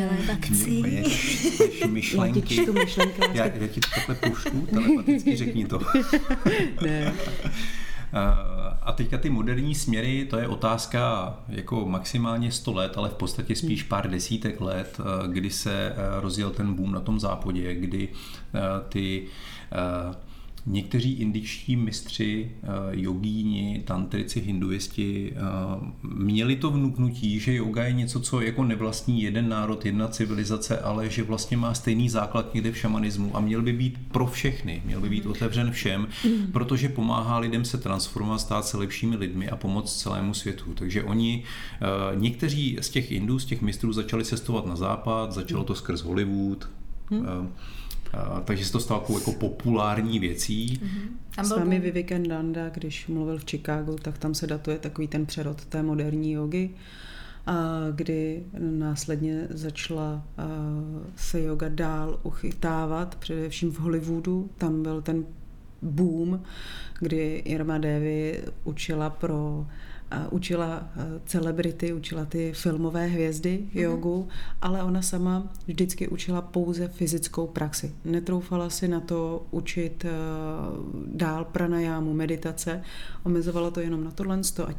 Myšlenky. Já ti to takhle pošlu, telepaticky řekni to. Ne. A teďka ty moderní směry, to je otázka jako maximálně 100 let, ale v podstatě spíš pár desítek let, kdy se rozjel ten boom na tom západě, kdy ty někteří indičtí mistři, jogíni, tantrici, hinduisti měli to vnuknutí, že yoga je něco, co jako nevlastní jeden národ, jedna civilizace, ale že vlastně má stejný základ někde v šamanismu a měl by být pro všechny, měl by být otevřen všem, protože pomáhá lidem se transformovat, stát se lepšími lidmi a pomoct celému světu. Takže oni, někteří z těch Indů, z těch mistrů začali cestovat na západ, začalo to skrz Hollywood, takže se to stalo jako populární věcí. S námi Vivekananda, když mluvil v Chicagu, tak tam se datuje takový ten přerod té moderní jogy, kdy následně začala se yoga dál uchytávat, především v Hollywoodu. Tam byl ten boom, kdy Irma Devi učila celebrity, učila ty filmové hvězdy jogu, ale ona sama vždycky učila pouze fyzickou praxi. Netroufala si na to učit dál pranajámu, meditace, omezovala to jenom na tohle a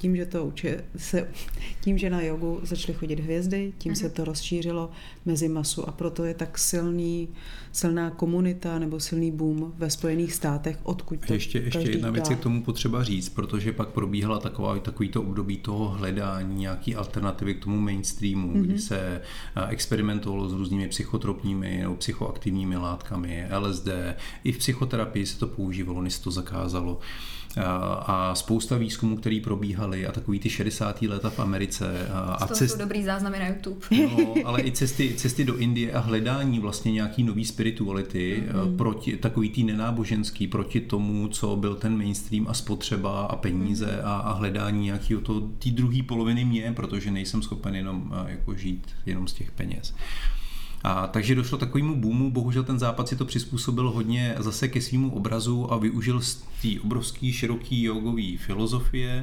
tím, že na jogu začaly chodit hvězdy, tím se to rozšířilo mezi masu a proto je tak silná komunita nebo silný boom ve Spojených státech, odkud to ještě jedna věc je k tomu potřeba říct, protože pak probíhala takovýto období toho hledání nějaký alternativy k tomu mainstreamu, kdy se experimentovalo s různými psychotropními nebo psychoaktivními látkami, LSD, i v psychoterapii se to používalo, než se to zakázalo. A spousta výzkumů, který probíhaly a takový ty 60. léta v Americe. Jsou dobrý záznamy na YouTube. No, ale i cesty do Indie a hledání vlastně nějaký nový spirituality proti takový tý nenáboženský, proti tomu, co byl ten mainstream a spotřeba a peníze a hledání nějakého té druhé poloviny mě, protože nejsem schopen jenom jako žít jenom z těch peněz. Takže došlo takovému boomu, bohužel ten západ si to přizpůsobil hodně zase ke svýmu obrazu a využil z té obrovský, široký jogový filozofie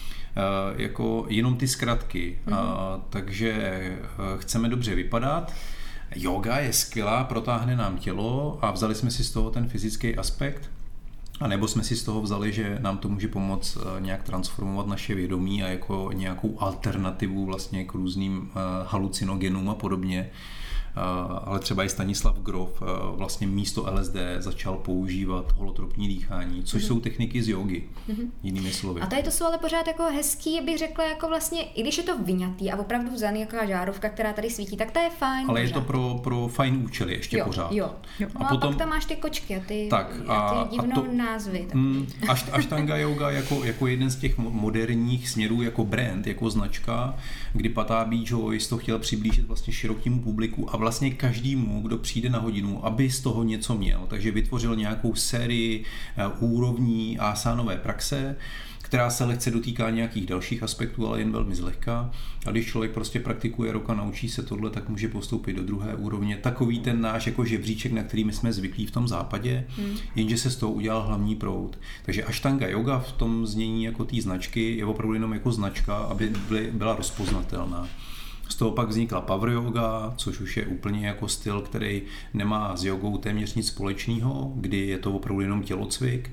jako jenom ty zkratky. Takže chceme dobře vypadat, yoga je skvělá, protáhne nám tělo a vzali jsme si z toho ten fyzický aspekt. A nebo jsme si z toho vzali, že nám to může pomoct nějak transformovat naše vědomí a jako nějakou alternativu vlastně k různým halucinogenům a podobně. Ale třeba i Stanislav Grof vlastně místo LSD začal používat holotropní dýchání, což jsou techniky z jógy, jinými slovy. A tady to jsou ale pořád jako hezký, bych řekla, jako vlastně, i když je to vyňatý a opravdu vzaný jaká žárovka, která tady svítí, tak to je fajn. Ale pořád. Je to pro fajn účely ještě pořád. Jo. No a potom pak tam máš ty kočky a ty divnou názvy. Ashtanga yoga jako jeden z těch moderních směrů, jako brand, jako značka, kdy Pattabhi Jois to chtěl přiblížit vlastně širokému publiku a vlastně každému, kdo přijde na hodinu, aby z toho něco měl. Takže vytvořil nějakou sérii úrovní asánové praxe, která se lehce dotýká nějakých dalších aspektů, ale jen velmi zlehka. A když člověk prostě praktikuje rok a naučí se tohle, tak může postoupit do druhé úrovně. Takový ten náš jako žebříček, na který my jsme zvyklí v tom západě, jenže se z toho udělal hlavní proud. Takže Ashtanga yoga v tom znění jako té značky je opravdu jenom jako značka, aby byla rozpoznatelná. Z toho pak vznikla power yoga, což už je úplně jako styl, který nemá s jogou téměř nic společného, kdy je to opravdu jenom tělocvik.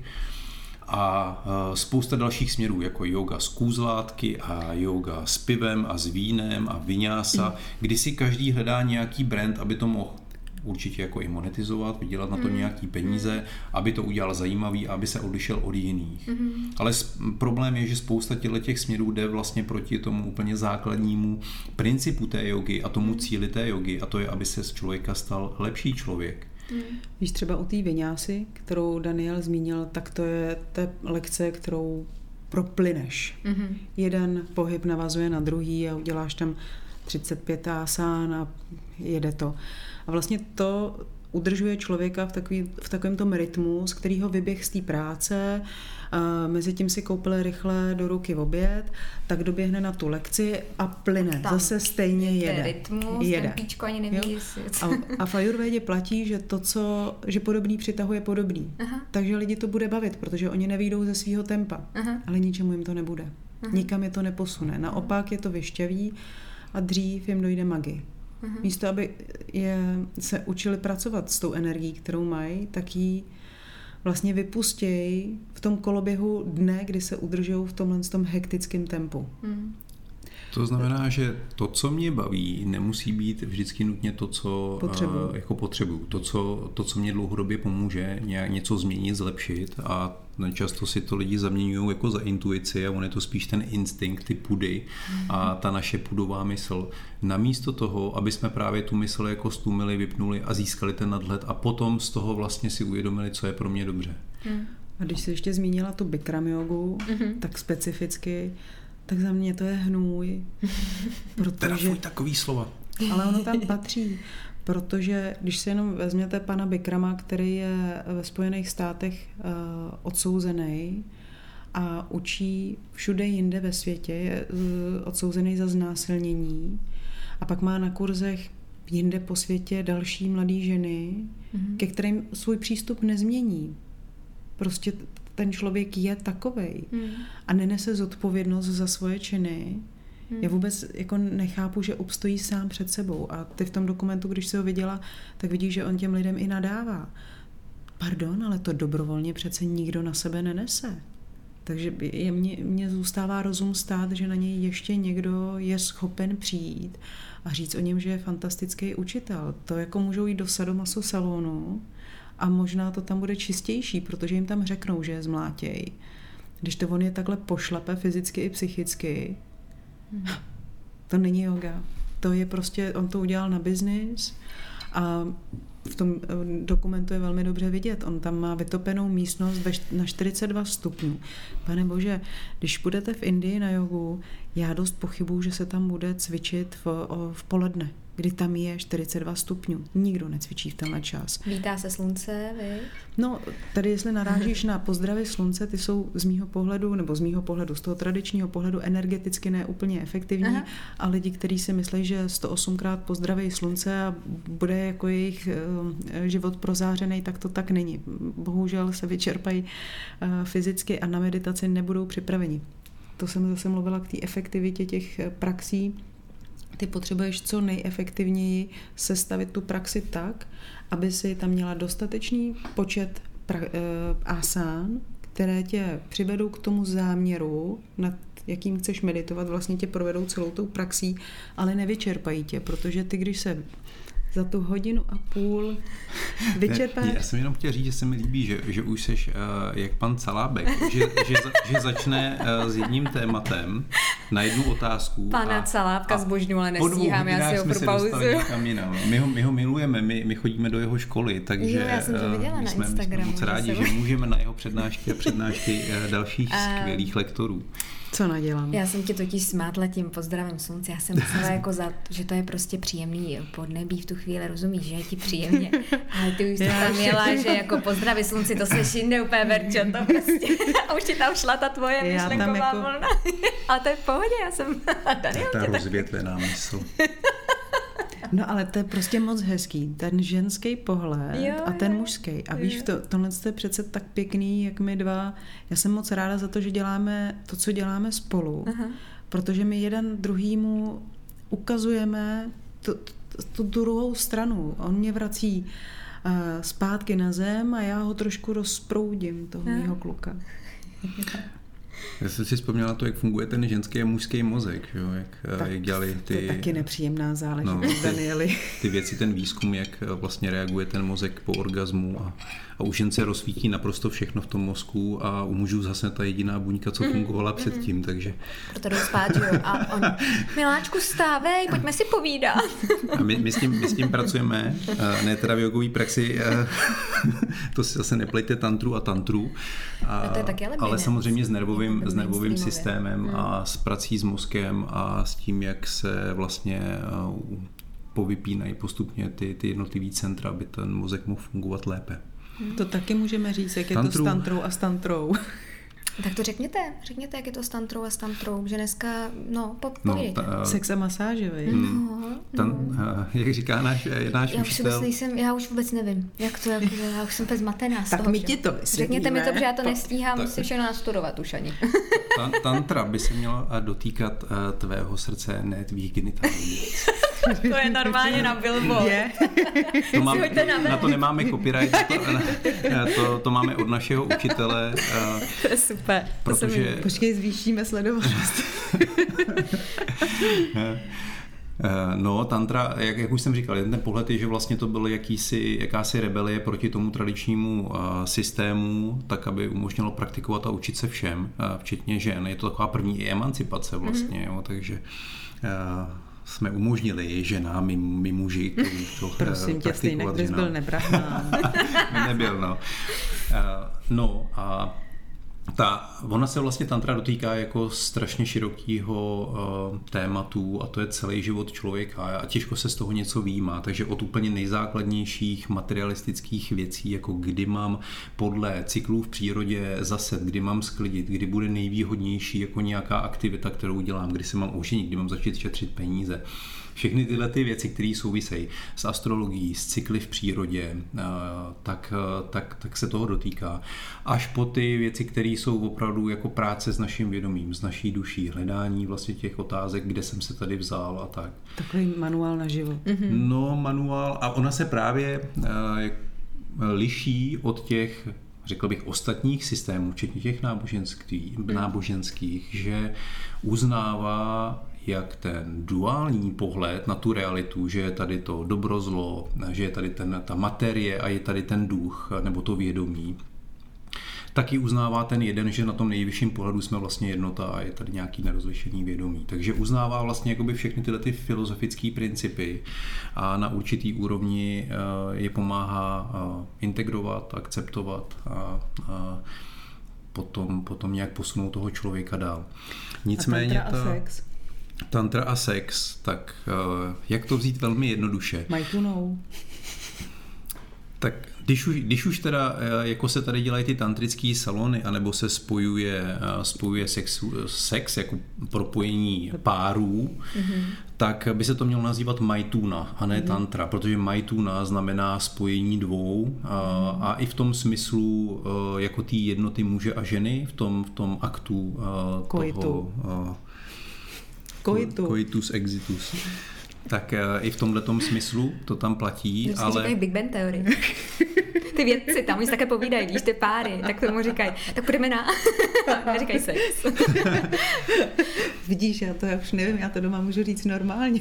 A spousta dalších směrů, jako yoga z kůzlátky a yoga s pivem a s vínem a vinyasa, kdy si každý hledá nějaký brand, aby to mohl určitě jako i monetizovat, vydělat na to nějaký peníze, aby to udělal zajímavý, aby se odlišil od jiných. Ale problém je, že spousta těch směrů jde vlastně proti tomu úplně základnímu principu té jogy a tomu cíli té jogy, a to je, aby se z člověka stal lepší člověk. Víš, třeba u té vinyásy, kterou Daniel zmínil, tak to je lekce, kterou proplyneš. Jeden pohyb navazuje na druhý a uděláš tam 35 asán a jede to. A vlastně to udržuje člověka v takovém tom rytmu, z kterého vyběh z té práce, mezi tím si koupil rychle do ruky oběd, tak doběhne na tu lekci a plyne. Tam zase stejně jede. Rytmus, ten píčko ani neví. A v ajurvédě platí, že že podobný přitahuje podobný. Aha. Takže lidi to bude bavit, protože oni nevyjdou ze svého tempa. Aha. Ale ničemu jim to nebude. Aha. Nikam je to neposune. Naopak je to vyšťaví a dřív jim dojde magie. Místo, aby se učili pracovat s tou energií, kterou mají, tak ji vlastně vypustějí v tom koloběhu dne, kdy se udržují v tomhle tom hektickém tempu. To znamená, že to, co mě baví, nemusí být vždycky nutně to, co potřebuju. To, co mě dlouhodobě pomůže něco změnit, zlepšit, a často si to lidi zaměňují jako za intuici a on je to spíš ten instinkt, ty pudy a ta naše pudová mysl. Namísto toho, aby jsme právě tu mysl jako stlumili, vypnuli a získali ten nadhled a potom z toho vlastně si uvědomili, co je pro mě dobře. A když jsi ještě zmínila tu Bikram jogu, tak specificky, tak za mě to je hnůj. Teda fuj, takový slova. Ale ono tam patří, protože když si jenom vezměte pana Bikrama, který je ve Spojených státech odsouzený a učí všude jinde ve světě, je odsouzený za znásilnění a pak má na kurzech jinde po světě další mladý ženy, ke kterým svůj přístup nezmění. Prostě ten člověk je takovej a nenese zodpovědnost za svoje činy. Já vůbec jako nechápu, že obstojí sám před sebou. A ty v tom dokumentu, když jsi ho viděla, tak vidíš, že on těm lidem i nadává. Pardon, ale to dobrovolně přece nikdo na sebe nenese. Takže mně zůstává rozum stát, že na něj ještě někdo je schopen přijít a říct o něm, že je fantastický učitel. To jako můžou jít do sadomaso salonu a možná to tam bude čistější, protože jim tam řeknou, že je zmlátěj. Když to on je takhle pošlape fyzicky i psychicky, to není yoga. To je prostě, on to udělal na biznis a v tom dokumentu je velmi dobře vidět. On tam má vytopenou místnost na 42 stupňů. Pane bože, když budete v Indii na jogu, já dost pochybuju, že se tam bude cvičit v poledne, kdy tam je 42 stupňů. Nikdo necvičí v tenhle čas. Vítá se slunce, vy? No, tady jestli narážíš na pozdravy slunce, ty jsou z mýho pohledu, z toho tradičního pohledu energeticky neúplně efektivní. Aha. A lidi, kteří si myslí, že 108krát pozdraví slunce a bude jako jejich život prozářený, tak to tak není. Bohužel se vyčerpají fyzicky a na meditaci nebudou připraveni. To jsem zase mluvila k té efektivitě těch praxí. Ty potřebuješ co nejefektivněji sestavit tu praxi tak, aby si tam měla dostatečný počet asán, které tě přivedou k tomu záměru, nad jakým chceš meditovat, vlastně tě provedou celou tou praxí, ale nevyčerpají tě, protože ty, když se za tu 1.5 hodinu vyčerpáš. Já jsem jenom chtěl říct, že se mi líbí, že už seš jak pan Calábek, že začne s jedním tématem na jednu otázku. Pana Calábka zbožňuji, ale nestíhám, já si ho propauzuju. My ho milujeme, my chodíme do jeho školy, takže já jsem to viděla na Instagramu. Jsme moc rádi, že můžeme na jeho přednášky a přednášky dalších skvělých lektorů. Co nadělám? Já jsem tě totiž smátla tím pozdravem slunce. Já jsem myslela jako že to je prostě příjemný podnebí v tu chvíli, rozumíš, že je ti příjemně. Ale ty už to tam měla, že jako pozdravy slunci, to seš jinde úplně, Verčo, to prostě. A už ti tam šla ta tvoje myšlenková vlna. Ale to je v pohodě, já jsem Daniel. Ta rozvětvená mysl. No ale to je prostě moc hezký, ten ženský pohled a ten mužský. A víš, tohle je přece tak pěkný, jak my dva. Já jsem moc ráda za to, že děláme to, co děláme spolu, protože my jeden druhýmu ukazujeme tu druhou stranu. On mě vrací zpátky na zem a já ho trošku rozproudím, toho mýho kluka. Já jsem si vzpomněla na to, jak funguje ten ženský a mužský mozek, jo? Jak dělali ty... To je taky nepříjemná záležitost, Danieli. Ty věci, ten výzkum, jak vlastně reaguje ten mozek po orgazmu a u žen se rozsvítí naprosto všechno v tom mozku a u mužů zase ta jediná buňka, co fungovala předtím, takže... Proto jdu spát, jo? A on, miláčku, stávej, pojďme si povídat. A my s tím pracujeme, ne teda v jogový praxi, to si zase neplejte tantru a tantru, ale samozřejmě s nervovým systémem a s prací s mozkem a s tím, jak se vlastně povypínají postupně ty jednotlivý centra, aby ten mozek mohl fungovat lépe. To taky můžeme říct, jak je to s tantrou a s tantrou. Tak to řekněte, jak je to s tantrou a s tantrou, že dneska, povídejte. Sex a masáže, vej? Jak říká náš učitel. Já už vůbec nevím, jak to, já už jsem bez zmatená z toho. Tak my ti to vysvětlíme. Řekněte mi to, protože já to nestíhám si všechno nastudovat už ani. Tantra by se měla dotýkat tvého srdce, ne tvých genitálí. To je normálně na billboard. Na to nemáme copyright, to máme od našeho učitele. To je super. Protože... Počkej, zvýšíme sledovanost. No, tantra, jak už jsem říkal, ten pohled je, že vlastně to byl jakási rebelie proti tomu tradičnímu systému, tak aby umožnilo praktikovat a učit se všem, včetně žen. Je to taková první i emancipace vlastně, jo, takže jsme umožnili ženám i muži to prosím tě, stejně bys byl nebrahmán. Nebyl, no. No a ona se vlastně tantra dotýká jako strašně širokýho tématu a to je celý život člověka a těžko se z toho něco vyjímá, takže od úplně nejzákladnějších materialistických věcí, jako kdy mám podle cyklů v přírodě zaset, kdy mám sklidit, kdy bude nejvýhodnější jako nějaká aktivita, kterou dělám, kdy se mám oženit, kdy mám začít šetřit peníze. Všechny tyhle ty věci, které souvisejí s astrologií, s cykly v přírodě, tak se toho dotýká. Až po ty věci, které jsou opravdu jako práce s naším vědomím, s naší duší, hledání vlastně těch otázek, kde jsem se tady vzal a tak. Takový manuál na život. No, manuál. A ona se právě liší od těch, řekl bych, ostatních systémů, včetně těch náboženských, že uznává jak ten duální pohled na tu realitu, že je tady to dobro, zlo, že je tady ta materie a je tady ten duch nebo to vědomí, taky uznává ten jeden, že na tom nejvyšším pohledu jsme vlastně jednota a je tady nějaký nerozlišený vědomí. Takže uznává vlastně jakoby všechny tyhle ty filozofické principy a na určitý úrovni je pomáhá integrovat, akceptovat a potom nějak posunout toho člověka dál. Nicméně tantra a sex, tak jak to vzít velmi jednoduše? Mají tu know. Tak když už teda jako se tady dělají ty tantrické salony, anebo se spojuje sex jako propojení párů, tak by se to mělo nazývat maituna a ne tantra, protože maituna znamená spojení dvou a i v tom smyslu jako té jednoty muže a ženy v tom aktu toho coitus exitus. Tak i v tomhletom smyslu to tam platí, ale... říkají Big Bang Theory. Ty vědci tam už také povídají, víš, ty páry, tak tomu říkají, tak půjdeme na... Neříkají sex. Vidíš, já už nevím, já to doma můžu říct normálně.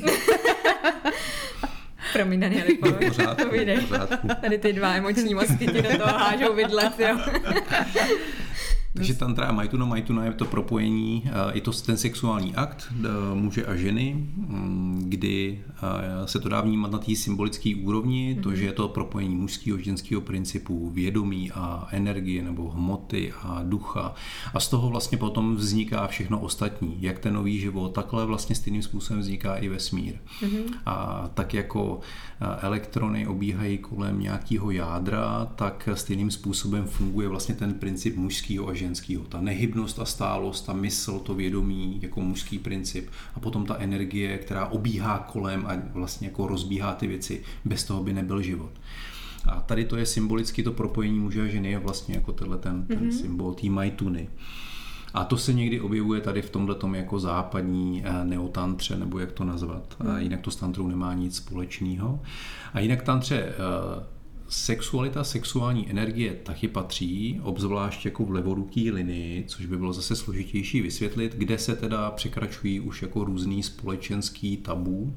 Promiň, Danieli, povídej. Tady ty dva emoční mozky ti do toho hážou vidlet, jo. Takže tantra a maituna je to propojení, je to ten sexuální akt muže a ženy, kdy se to dá vnímat na té symbolické úrovni, to, že je to propojení mužského a ženského principu, vědomí a energie nebo hmoty a ducha. A z toho vlastně potom vzniká všechno ostatní, jak ten nový život, takhle vlastně stejným způsobem vzniká i vesmír. A tak jako elektrony obíhají kolem nějakého jádra, tak stejným způsobem funguje vlastně ten princip mužského a ženského. Ta nehybnost a stálost, ta mysl, to vědomí jako mužský princip a potom ta energie, která obíhá kolem a vlastně jako rozbíhá ty věci, bez toho by nebyl život. A tady to je symbolicky to propojení muže a ženy je vlastně jako ten symbol té maituny. A to se někdy objevuje tady v tomhletom jako západní neotantře, nebo jak to nazvat. A jinak to s tantrou nemá nic společného. A jinak tantře sexualita, sexuální energie taky patří, obzvlášť jako v levoruký linii, což by bylo zase složitější vysvětlit, kde se teda překračují už jako různý společenský tabu,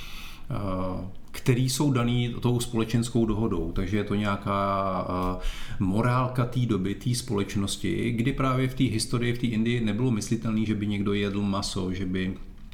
který jsou daný tou společenskou dohodou. Takže je to nějaká morálka té doby, té společnosti, kdy právě v té historii, v té Indii nebylo myslitelné, že by někdo jedl maso, že by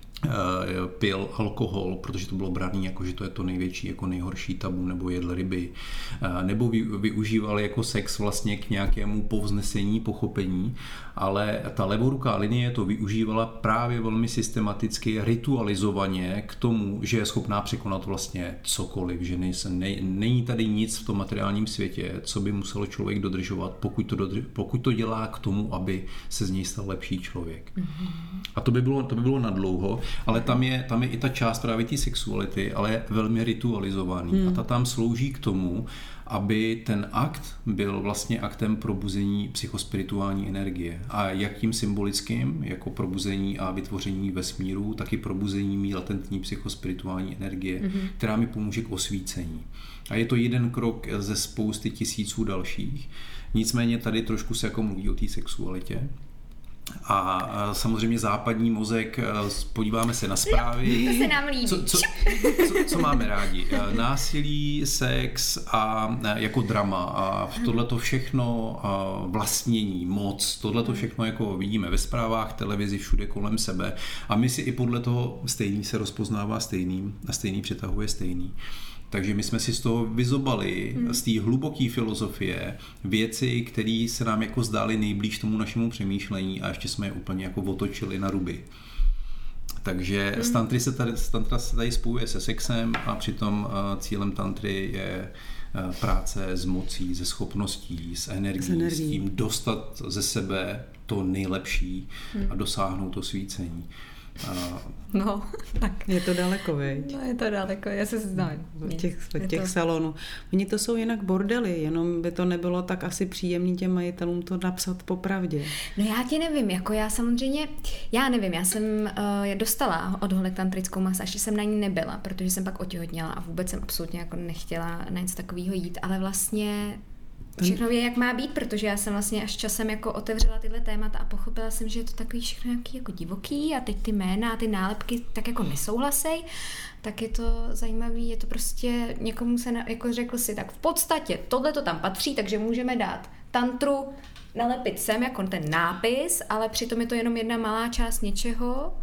pil alkohol, protože to bylo braný jako, že to je to největší, jako nejhorší tabu, nebo jedl ryby, nebo využíval jako sex vlastně k nějakému povznesení, pochopení, ale ta levoruká linie to využívala právě velmi systematicky, ritualizovaně k tomu, že je schopná překonat vlastně cokoliv, že není tady nic v tom materiálním světě, co by musel člověk dodržovat, pokud to dělá k tomu, aby se z něj stal lepší člověk. A to by bylo nadlouho, ale tam je i ta část právě té sexuality, ale je velmi ritualizovaný. A ta tam slouží k tomu, aby ten akt byl vlastně aktem probuzení psychospirituální energie. A jak tím symbolickým, jako probuzení a vytvoření vesmíru, tak i probuzení mý latentní psychospirituální energie, která mi pomůže k osvícení. A je to jeden krok ze spousty tisíců dalších. Nicméně tady trošku se jako mluví o té sexualitě. A samozřejmě západní mozek, podíváme se na zprávy. To se nám líbí. Co máme rádi? Násilí, sex a jako drama a tohleto všechno vlastnění, moc, tohleto všechno jako vidíme ve zprávách, televizi, všude kolem sebe a my si i podle toho stejný se rozpoznává stejným a stejný přitahuje stejný. Takže my jsme si z toho vyzobali, z té hluboké filozofie, věci, které se nám jako zdály nejblíž tomu našemu přemýšlení a ještě jsme je úplně jako otočili na ruby. Takže tantra se tady spojuje se sexem a přitom cílem tantry je práce s mocí, se schopností, s energií, s tím dostat ze sebe to nejlepší a dosáhnout osvícení. No, tak. Je to daleko, veď? No, je to daleko, já se znám. Těch salonů. Oni to jsou jinak bordely, jenom by to nebylo tak asi příjemný těm majitelům to napsat popravdě. No já ti nevím, jako já samozřejmě, já jsem dostala od holek tantrickou masáž, jsem na ní nebyla, protože jsem pak otěhotněla a vůbec jsem absolutně jako nechtěla na něco takového jít, ale vlastně všechno je, jak má být, protože já jsem vlastně až časem jako otevřela tyhle témata a pochopila jsem, že je to takový všechno nějaký jako divoký a teď ty jména a ty nálepky tak jako nesouhlasej, tak je to zajímavý, je to prostě někomu se jako řekl si, tak v podstatě tohle to tam patří, takže můžeme dát tantru, nalepit sem jako ten nápis, ale přitom je to jenom jedna malá část něčeho.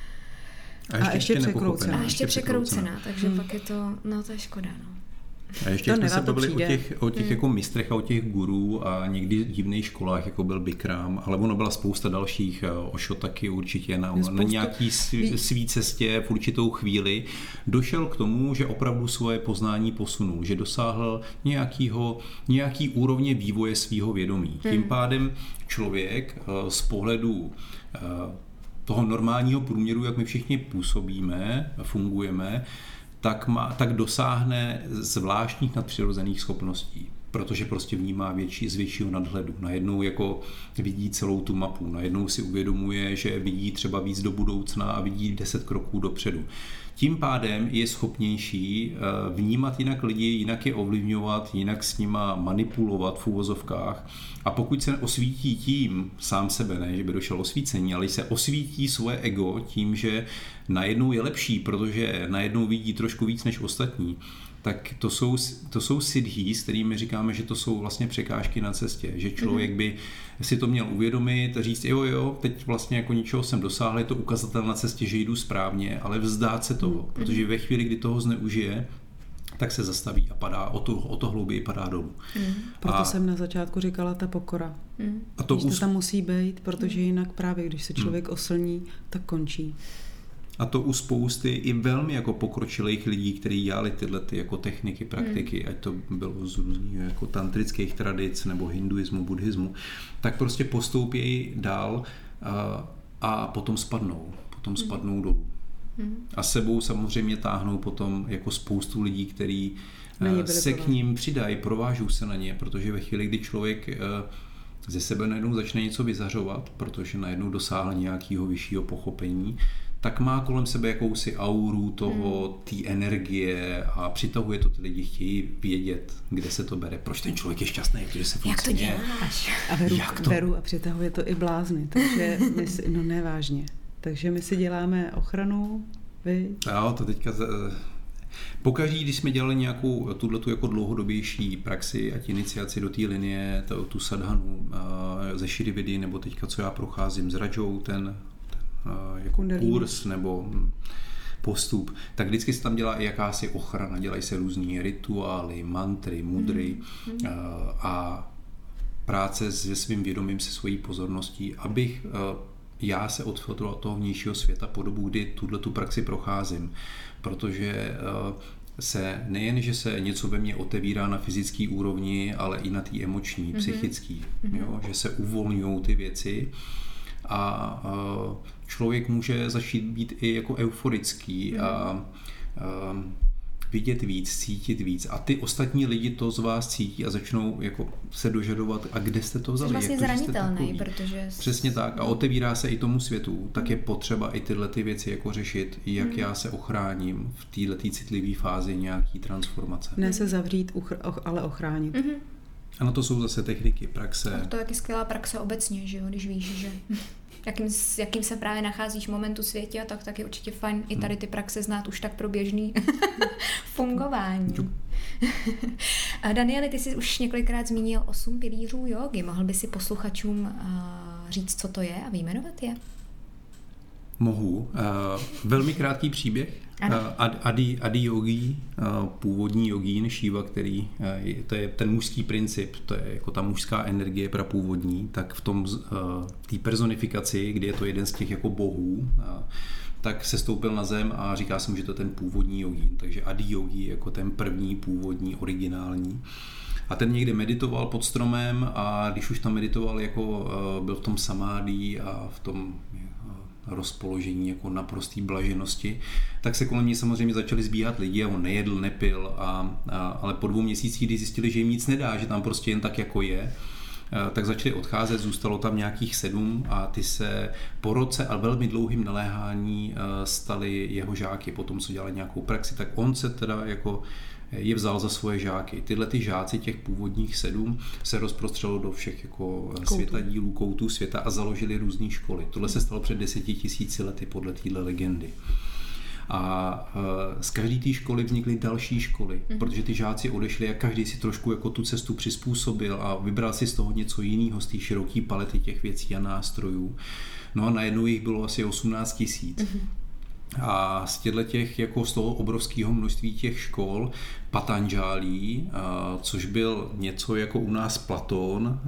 A ještě překroucená, takže pak je to, no to je škoda, no. A ještě jsme se bavili o těch jako mistrech a o těch gurů a někdy v divných školách, jako byl Bikram, ale ono byla spousta dalších, Osho taky určitě na nějaký svý cestě v určitou chvíli došel k tomu, že opravdu svoje poznání posunul, že dosáhl nějaký úrovně vývoje svýho vědomí. Tím pádem člověk z pohledu toho normálního průměru, jak my všichni působíme, fungujeme, tak dosáhne zvláštních nadpřirozených schopností, protože prostě vnímá z většího nadhledu. Najednou jako vidí celou tu mapu, najednou si uvědomuje, že vidí třeba víc do budoucna a vidí 10 kroků dopředu. Tím pádem je schopnější vnímat jinak lidi, jinak je ovlivňovat, jinak s nima manipulovat v uvozovkách. A pokud se osvítí tím sám sebe, ne, že by došel osvícení, ale se osvítí svoje ego tím, že najednou je lepší, protože najednou vidí trošku víc než ostatní, tak to jsou siddhí, s kterými říkáme, že to jsou vlastně překážky na cestě, že člověk by si to měl uvědomit a říct, jo, teď vlastně jako ničeho jsem dosáhl, je to ukazatel na cestě, že jdu správně, ale vzdát se toho, protože ve chvíli, kdy toho zneužije, tak se zastaví a padá, o to hlouběji padá dolů. Proto jsem na začátku říkala ta pokora. A to tam musí být, protože jinak právě, když se člověk oslní, tak končí. A to u spousty i velmi jako pokročilých lidí, kteří dělali tyhle jako techniky, praktiky, ať to bylo z různých jako tantrických tradic nebo hinduismu, buddhismu, tak prostě postoupí dál a potom spadnou dolů. A sebou samozřejmě táhnou potom jako spoustu lidí, kteří se k ním přidají, provážou se na ně, protože ve chvíli, kdy člověk ze sebe najednou začne něco vyzařovat, protože najednou dosáhl nějakého vyššího pochopení, tak má kolem sebe jakousi auru toho, té energie a přitahuje to, ty lidi chtějí vědět, kde se to bere, proč ten člověk je šťastný, že se furt směje. Jak to děláš? A beru a přitahuje to i blázny, takže nevážně. Takže my si děláme ochranu, vy? Jo, to teďka... Pokaždý, když jsme dělali nějakou tuhletu jako dlouhodobější praxi, ať iniciaci do té linie, tu sadhanu ze Širividy, nebo teďka, co já procházím s Rajou, ten jako kurz nebo postup, tak vždycky se tam dělá i jakási ochrana, dělají se různý rituály, mantry, mudry a práce se svým vědomím, se svojí pozorností, abych já se odfiltroval od toho vnějšího světa po dobu, kdy tu praxi procházím. Protože se nejen, že se něco ve mně otevírá na fyzické úrovni, ale i na té emoční, psychický. Jo? Že se uvolňují ty věci a člověk může začít být i jako euforický a vidět víc, cítit víc. A ty ostatní lidi to z vás cítí a začnou jako se dožadovat, a kde jste to vzali? Jsi vlastně zranitelný, protože... Přesně tak. A otevírá se i tomu světu. Tak je potřeba i tyhle ty věci jako řešit, jak já se ochráním v této citlivé fázi nějaký transformace. Ne se zavřít, ale ochránit. A na to jsou zase techniky, praxe. A to je taky skvělá praxe obecně, že jo, když víš, že... Jakým se právě nacházíš v momentu světě, tak je určitě fajn i tady ty praxe znát už tak pro běžný fungování. Danieli, ty jsi už několikrát zmínil 8 pilířů jógy. Mohl by si posluchačům říct, co to je a vyjmenovat je? Mohu. Velmi krátký příběh. Adi Yogi, původní jogín Shiva, který, to je ten mužský princip, to je jako ta mužská energie prapůvodní, tak v tom té personifikaci, kdy je to jeden z těch jako bohů, tak se stoupil na zem a říká se mu, že to je ten původní jogín. Takže Adi Yogi jako ten první původní, originální. A ten někde meditoval pod stromem a když už tam meditoval, jako byl v tom samádi a v tom rozpoložení jako naprostý blaženosti, tak se kolem něj samozřejmě začali zbíhat lidi a on nejedl, nepil, ale po 2 měsících, kdy zjistili, že jim nic nedá, že tam prostě jen tak jako je, tak začali odcházet, zůstalo tam nějakých 7 a ty se po roce a velmi dlouhým naléhání stali jeho žáky. Potom, co dělali nějakou praxi, tak on se teda jako je vzal za svoje žáky. Tyhle ty žáci, těch původních 7, se rozprostřelo do všech jako světadílů, koutů světa a založili různé školy. Tohle se stalo před 10 000 lety podle téhle legendy. A z každé té školy vznikly další školy, protože ty žáci odešli a každý si trošku jako tu cestu přizpůsobil a vybral si z toho něco jiného, z té široké palety těch věcí a nástrojů. No a najednou jich bylo asi 18 000. A jako z toho obrovského množství těch škol Patanžálí, což byl něco jako u nás Platón,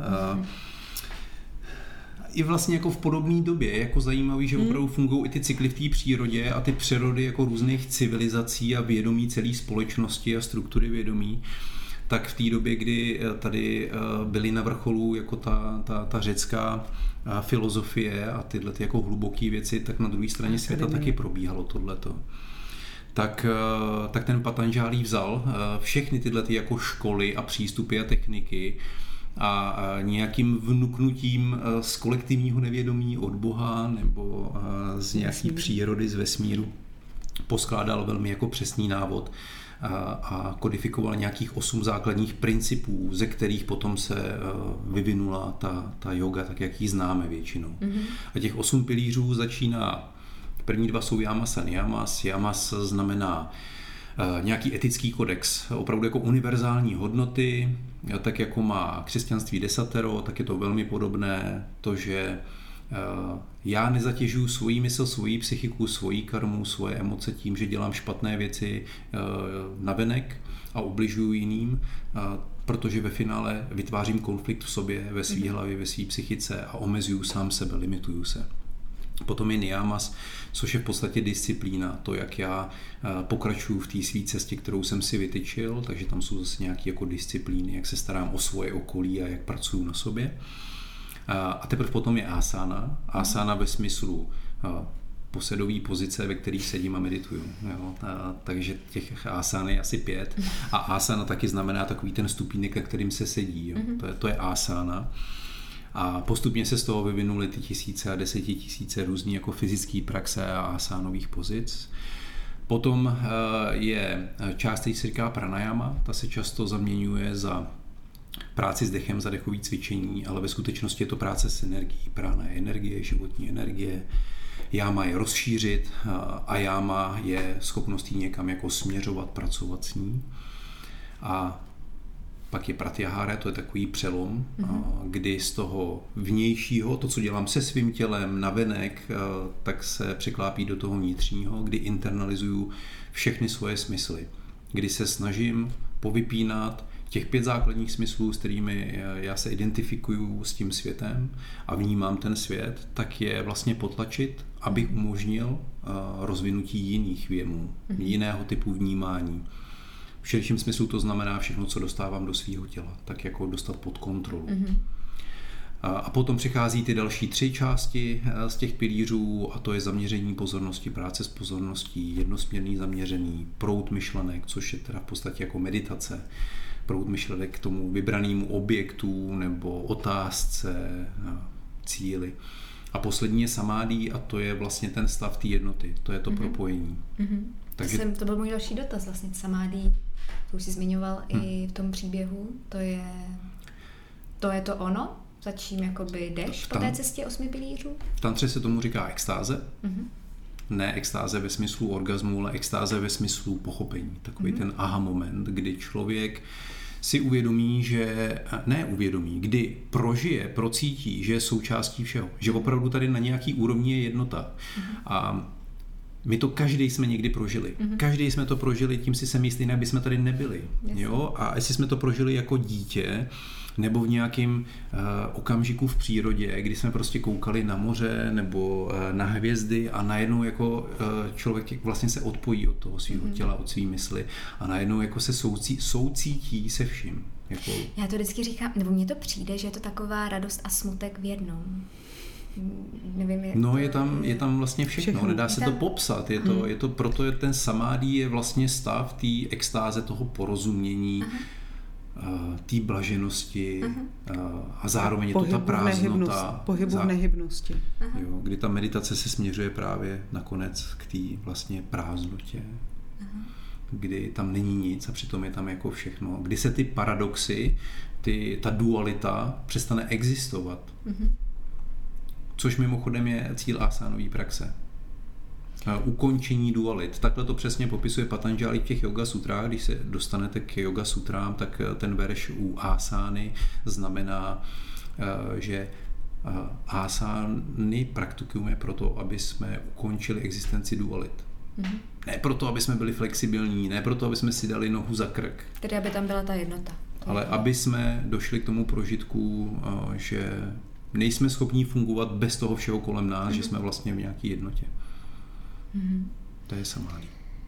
i vlastně jako v podobné době, jako zajímavý, že opravdu fungují i ty cykly v té přírodě a ty přerody jako různých civilizací a vědomí celé společnosti a struktury vědomí, tak v té době, kdy tady byly na vrcholu jako ta řecká filozofie a tyhle ty jako hluboké věci, tak na druhé straně světa taky probíhalo tohleto. Tak ten Patanžálí vzal všechny tyhle ty jako školy a přístupy a techniky a nějakým vnuknutím z kolektivního nevědomí od Boha nebo z nějaký přírody, z vesmíru poskládal velmi jako přesný návod a kodifikoval nějakých 8 základních principů, ze kterých potom se vyvinula ta yoga, tak jak ji známe většinou. A těch 8 pilířů začíná, první 2 jsou yamas a niyamas. Yamas znamená nějaký etický kodex, opravdu jako univerzální hodnoty, tak jako má křesťanství desatero, tak je to velmi podobné, to, že já nezatěžuju svoji mysl, svoji psychiku, svoji karmu, svoje emoce tím, že dělám špatné věci navenek a ubližuju jiným, protože ve finále vytvářím konflikt v sobě, ve své hlavě, ve své psychice a omezuju sám sebe, limituju se. Potom je niyamas, což je v podstatě disciplína, to, jak já pokračuju v té své cestě, kterou jsem si vytyčil, takže tam jsou zase nějaké jako disciplíny, jak se starám o svoje okolí a jak pracuju na sobě. A teprve potom je asana. Asana ve smyslu posedový pozice, ve kterých sedím a medituju. Jo? Takže těch asán je asi 5. A asana taky znamená takový ten stupínek, na kterým se sedí. Jo? To je asana. A postupně se z toho vyvinuly ty tisíce a desetitisíce různý jako fyzický praxe a asánových pozic. Potom je část, který se říká pranayama, ta se často zaměňuje za práci s dechem, za dechové cvičení, ale ve skutečnosti je to práce s energií. Prána je energie, životní energie. Jáma je rozšířit a jáma je schopnost jí někam jako směřovat, pracovat s ní. A pak je pratyahara, to je takový přelom, kdy z toho vnějšího, to, co dělám se svým tělem navenek, tak se překlápí do toho vnitřního, kdy internalizuju všechny svoje smysly. Kdy se snažím povypínat těch 5 základních smyslů, s kterými já se identifikuju s tím světem a vnímám ten svět, tak je vlastně potlačit, abych umožnil rozvinutí jiných věmů, jiného typu vnímání. V širším smyslu to znamená všechno, co dostávám do svého těla, tak jako dostat pod kontrolu. A potom přichází ty další 3 části z těch pilířů a to je zaměření pozornosti, práce s pozorností, jednosměrný zaměřený, proud myšlenek, což je teda v podstatě jako meditace, proud myšlenek k tomu vybranému objektu nebo otázce, cíli. A poslední je samády a to je vlastně ten stav té jednoty, to je to propojení. Takže to byl můj další dotaz, vlastně samády, to už jsi zmiňoval i v tom příběhu, to je to ono, za čím jakoby jdeš po té cestě 8 pilířů? V tantře se tomu říká extáze, ne extáze ve smyslu orgazmu, ale extáze ve smyslu pochopení, takový ten aha moment, kdy člověk si uvědomí, kdy prožije, procítí, že je součástí všeho, že opravdu tady na nějaký úrovni je jednota. A my to každý jsme někdy prožili. Každý jsme to prožili, tím si jsem jistý, jinak bychom tady nebyli. Jo? A jestli jsme to prožili jako dítě, nebo v nějakém okamžiku v přírodě, kdy jsme prostě koukali na moře nebo na hvězdy a najednou jako člověk vlastně se odpojí od toho svého těla, od svý mysli a najednou jako se soucítí se vším. Jako... Já to vždycky říkám, nebo mně to přijde, že je to taková radost a smutek v jednom. Nevím, je tam vlastně všechno. Nedá se to popsat. Proto je ten samády je vlastně stav té extáze, toho porozumění, té blaženosti a zároveň je to ta prázdnota. Pohybu v nehybnosti. Jo, kdy ta meditace se směřuje právě nakonec k té vlastně prázdnotě. Kdy tam není nic a přitom je tam jako všechno. Kdy se ty paradoxy, ta dualita přestane existovat. Což mimochodem je cíl asánové praxe. Ukončení dualit. Takhle to přesně popisuje Patanjali v těch yoga sutrách. Když se dostanete k yoga sutrám, tak ten verš u asány znamená, že asány praktikujeme proto, aby jsme ukončili existenci dualit. Ne proto, aby jsme byli flexibilní, ne proto, aby jsme si dali nohu za krk. Tedy aby tam byla ta jednota. Ale aby jsme došli k tomu prožitku, že nejsme schopni fungovat bez toho všeho kolem nás, že jsme vlastně v nějaké jednotě. To je samády.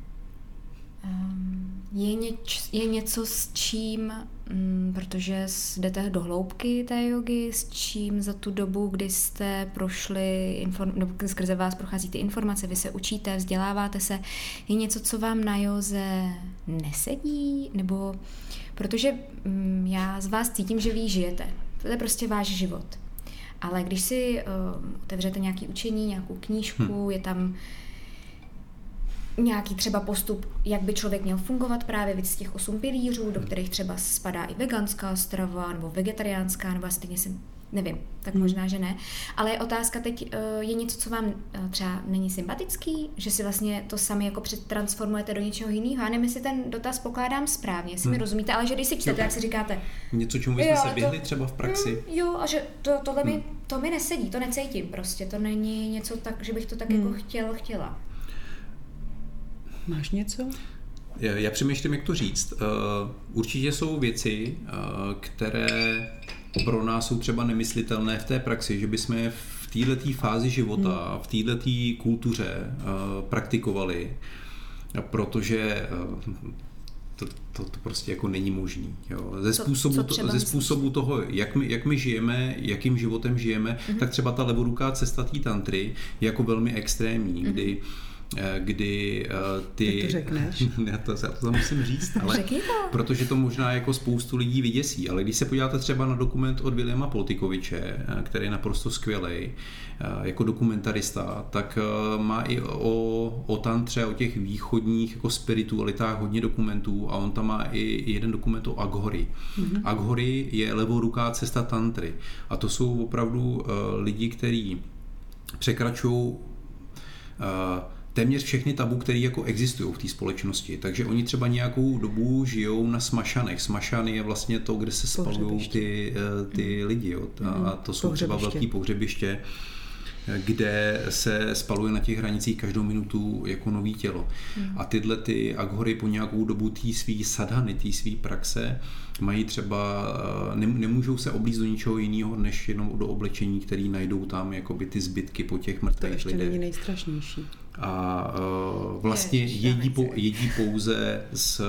Je něco s čím, protože jdete do hloubky té jogy, s čím za tu dobu, kdy jste prošli, nebo skrze vás prochází ty informace, vy se učíte, vzděláváte se, je něco, co vám na józe nesedí? Nebo protože já z vás cítím, že vy žijete. To je prostě váš život. Ale když si otevřete nějaké učení, nějakou knížku, je tam nějaký třeba postup, jak by člověk měl fungovat právě víc z těch 8 pilířů, do kterých třeba spadá i veganská strava, nebo vegetariánská, nebo stejně si nevím, tak možná, že ne. Ale otázka teď je něco, co vám třeba není sympatický, že si vlastně to sami jako přetransformujete do něčeho jiného. Já nevím, jestli ten dotaz pokládám správně, jestli mi rozumíte, ale že když si čtete, jak si říkáte. Něco, čemu byste se vyhli třeba v praxi. Jo, a že to mi nesedí, to necítím prostě, to není něco tak, že bych to tak jako chtěla. Máš něco? Já přemýšlím, jak to říct. Určitě jsou věci, které pro nás jsou třeba nemyslitelné v té praxi, že bychom v této fázi života, v této kultuře praktikovali, protože to prostě jako není možný. Jo. Ze způsobu toho, jak my žijeme, jakým životem žijeme, tak třeba ta levoruká cesta té tantry je jako velmi extrémní, kdy kdy ty... to řekneš? Já to musím říct, ale protože to možná jako spoustu lidí vyděsí, ale když se podíváte třeba na dokument od Williama Poltikoviče, který je naprosto skvělej, jako dokumentarista, tak má i o tantře, o těch východních jako spiritualitách hodně dokumentů a on tam má i jeden dokument o Aghori. Mm-hmm. Aghori je levoruká cesta tantry a to jsou opravdu lidi, kteří překračují téměř všechny tabu, které jako existují v té společnosti. Takže oni třeba nějakou dobu žijou na smašanech. Smašan je vlastně to, kde se spalují ty lidi. Jo. A to jsou třeba velký pohřebiště, kde se spaluje na těch hranicích každou minutu jako nový tělo. A tyhle ty Aghory po nějakou dobu té svý sadhany, té svý praxe mají třeba, nemůžou se oblíct do ničeho jiného, než jenom do oblečení, který najdou tam jakoby ty zbytky po těch mrtvých lidech. To ještě není nejstrašnější. A vlastně jedí pouze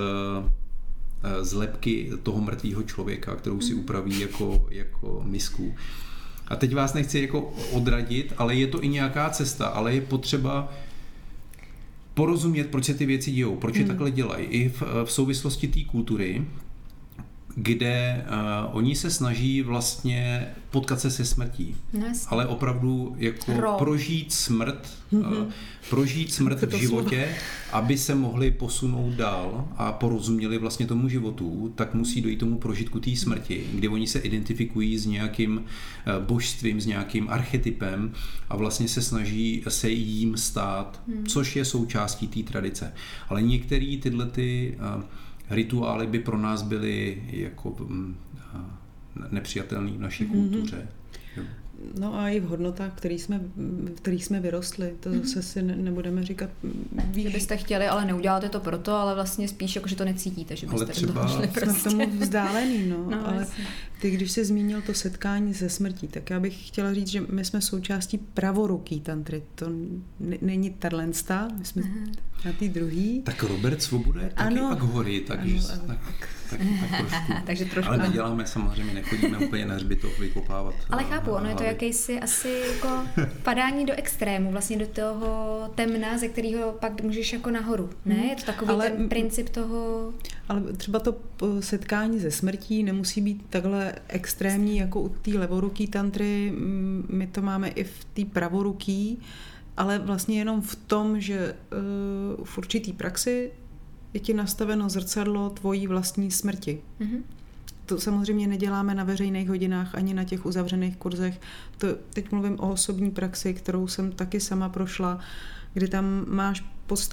z lebky toho mrtvého člověka, kterou si upraví jako misku. A teď vás nechci jako odradit, ale je to i nějaká cesta, ale je potřeba porozumět, proč se ty věci dějou, proč je takhle dělají. I v souvislosti té kultury, kde oni se snaží vlastně potkat se se smrtí. Ale opravdu jako prožít smrt v životě, aby se mohli posunout dál a porozuměli vlastně tomu životu, tak musí dojít tomu prožitku té smrti, kdy oni se identifikují s nějakým božstvím, s nějakým archetypem a vlastně se snaží se jím stát, což je součástí té tradice. Ale některé tyhle ty rituály by pro nás byly jako nepřijatelný v naší kultuře. No a i v hodnotách, v kterých jsme vyrostli. To zase si nebudeme říkat. Že byste chtěli, ale neuděláte to proto, ale vlastně spíš jako, že to necítíte, že byste třeba šli prostě. Jsme k tomu vzdálený, ale ty, když jsi zmínil to setkání se smrtí, tak já bych chtěla říct, že my jsme součástí pravoruký tantry. To není talensta, my jsme na té druhý. Tak Robert Svoboda je taky Aghory, takže takže trošku. Ale neděláme samozřejmě, nechodíme úplně na hřbitov vykopávat. Ale chápu, ono je to jakýsi asi jako padání do extrému, vlastně do toho temna, ze kterého pak můžeš jako nahoru, ne? Je to takový ten princip toho... Ale třeba to setkání se smrtí nemusí být takhle extrémní jako u té levoruký tantry, my to máme i v té pravoruký, ale vlastně jenom v tom, že v určitý praxi je ti nastaveno zrcadlo tvojí vlastní smrti. To samozřejmě neděláme na veřejných hodinách ani na těch uzavřených kurzech. Teď mluvím o osobní praxi, kterou jsem taky sama prošla, kdy tam máš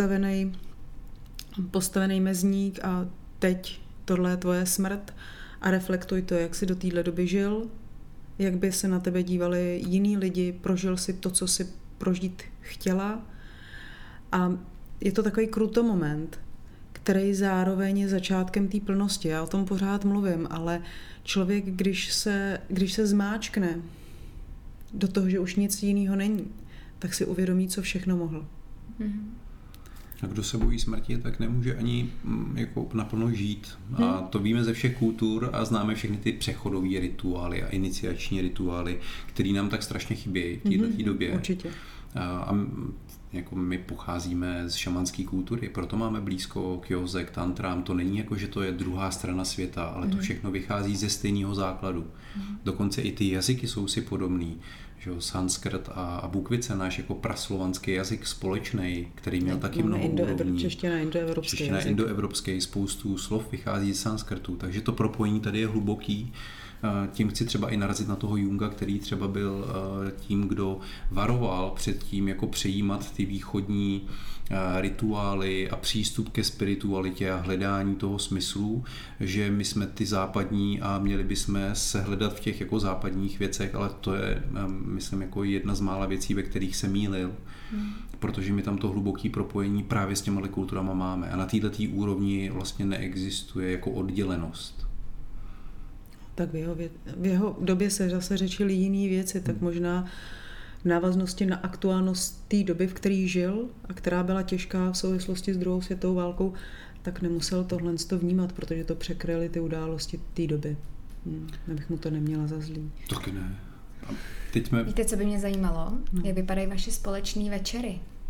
postavený mezník a teď tohle je tvoje smrt a reflektuj to, jak jsi do téhle doby žil, jak by se na tebe dívali jiní lidi, prožil si to, co si prožít chtěla. A je to takový kruto moment, který zároveň je začátkem té plnosti. Já o tom pořád mluvím, ale člověk, když se zmáčkne do toho, že už nic jiného není, tak si uvědomí, co všechno mohl. A kdo se bojí smrti, tak nemůže ani jako naplno žít. A to víme ze všech kultur a známe všechny ty přechodové rituály a iniciační rituály, které nám tak strašně chybějí v této době. Určitě. A jako my pocházíme z šamanské kultury, proto máme blízko k józe, k tantrám. To není jako, že to je druhá strana světa, ale to všechno vychází ze stejného základu. Dokonce i ty jazyky jsou si podobný. Že sanskrt a bukvice, náš jako praslovanský jazyk společný, který měl taky mnoho úrovní. Čeština indoevropský, spoustu slov vychází z sanskrtu, takže to propojení tady je hluboký. Tím chci třeba i narazit na toho Junga, který třeba byl tím, kdo varoval před tím, jako přejímat ty východní rituály a přístup ke spiritualitě a hledání toho smyslu, že my jsme ty západní a měli bychom se hledat v těch jako západních věcech, ale to je, myslím, jako jedna z mála věcí, ve kterých se mýlil, protože my tam to hluboké propojení právě s těma kulturama máme a na této úrovni vlastně neexistuje jako oddělenost. Tak v jeho době se zase řečily jiné věci, tak možná v návaznosti na aktuálnost té doby, v které žil a která byla těžká v souvislosti s druhou světovou válkou, tak nemusel tohle vnímat, protože to překryly ty události té doby. Abych mu to neměla za zlý. Taky ne. Víte, co by mě zajímalo? Jak vypadají vaše společné večery?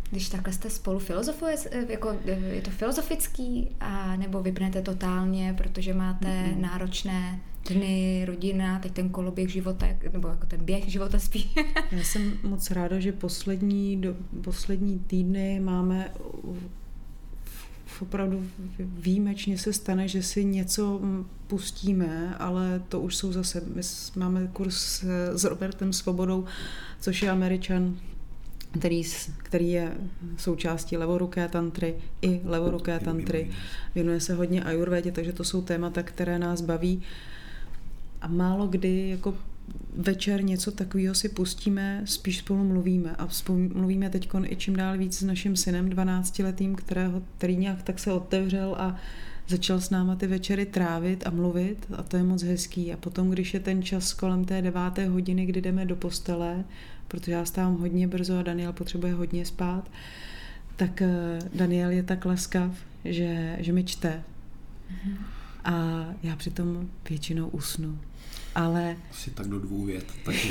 Když takhle jste spolu filozofuje, jako je to filozofický, a nebo vypnete totálně, protože máte náročné dny, rodina, teď ten koloběh života, nebo jako ten běh života spíš. Já jsem moc ráda, že poslední týdny máme opravdu výjimečně se stane, že si něco pustíme, ale to už jsou zase, my máme kurz s Robertem Svobodou, což je Američan, který je součástí levoruké tantry i levoruké tantry. Věnuje se hodně ajurvédě, takže to jsou témata, které nás baví. A málo kdy jako večer něco takového si pustíme, spíš spolu mluvíme. A mluvíme teď i čím dál víc s naším synem 12letým, který nějak tak se otevřel a začal s náma ty večery trávit a mluvit a to je moc hezký. A potom, když je ten čas kolem té 9. hodiny, kdy jdeme do postele, protože já stávám hodně brzo a Daniel potřebuje hodně spát, tak Daniel je tak laskav, že mi čte. A já přitom většinou usnu. Ale... Asi tak do 2 vět.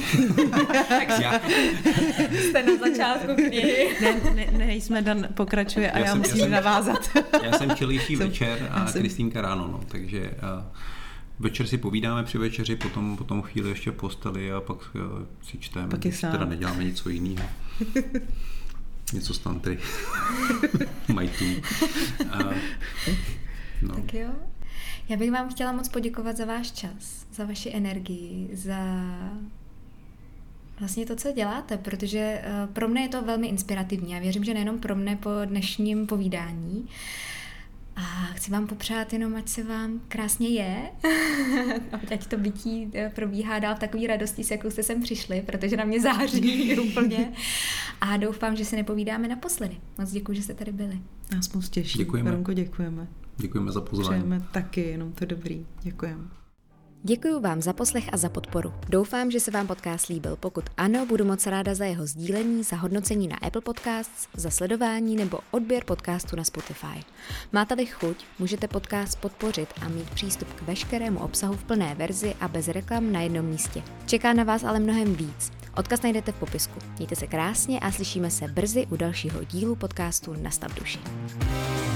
Jste na začátku knihy. Nejsme, Dan pokračuje a já musím navázat. Já jsem čilejší večer a Kristýnka ráno, no, takže večer si povídáme při večeři, potom chvíli ještě posteli a pak si čteme, když teda neděláme něco jiného. Něco z tantry. Majtů. No. Tak jo. Já bych vám chtěla moc poděkovat za váš čas, za vaši energii, za vlastně to, co děláte, protože pro mě je to velmi inspirativní. Já věřím, že nejenom pro mě po dnešním povídání. A chci vám popřát jenom, ať se vám krásně je, ať to bytí probíhá dál v takové radosti, s jakou jste sem přišli, protože na mě září úplně. A doufám, že se nepovídáme naposledy. Moc děkuji, že jste tady byli. Nás moc těší. Děkujeme. Veronko, děkujeme. Děkujeme za pozvání. Přejeme taky, jenom to dobrý. Děkujeme. Děkuji vám za poslech a za podporu. Doufám, že se vám podcast líbil. Pokud ano, budu moc ráda za jeho sdílení, za hodnocení na Apple Podcasts, za sledování nebo odběr podcastu na Spotify. Máte-li chuť, můžete podcast podpořit a mít přístup k veškerému obsahu v plné verzi a bez reklam na jednom místě. Čeká na vás ale mnohem víc. Odkaz najdete v popisku. Mějte se krásně a slyšíme se brzy u dalšího dílu podcastu Nastav duši.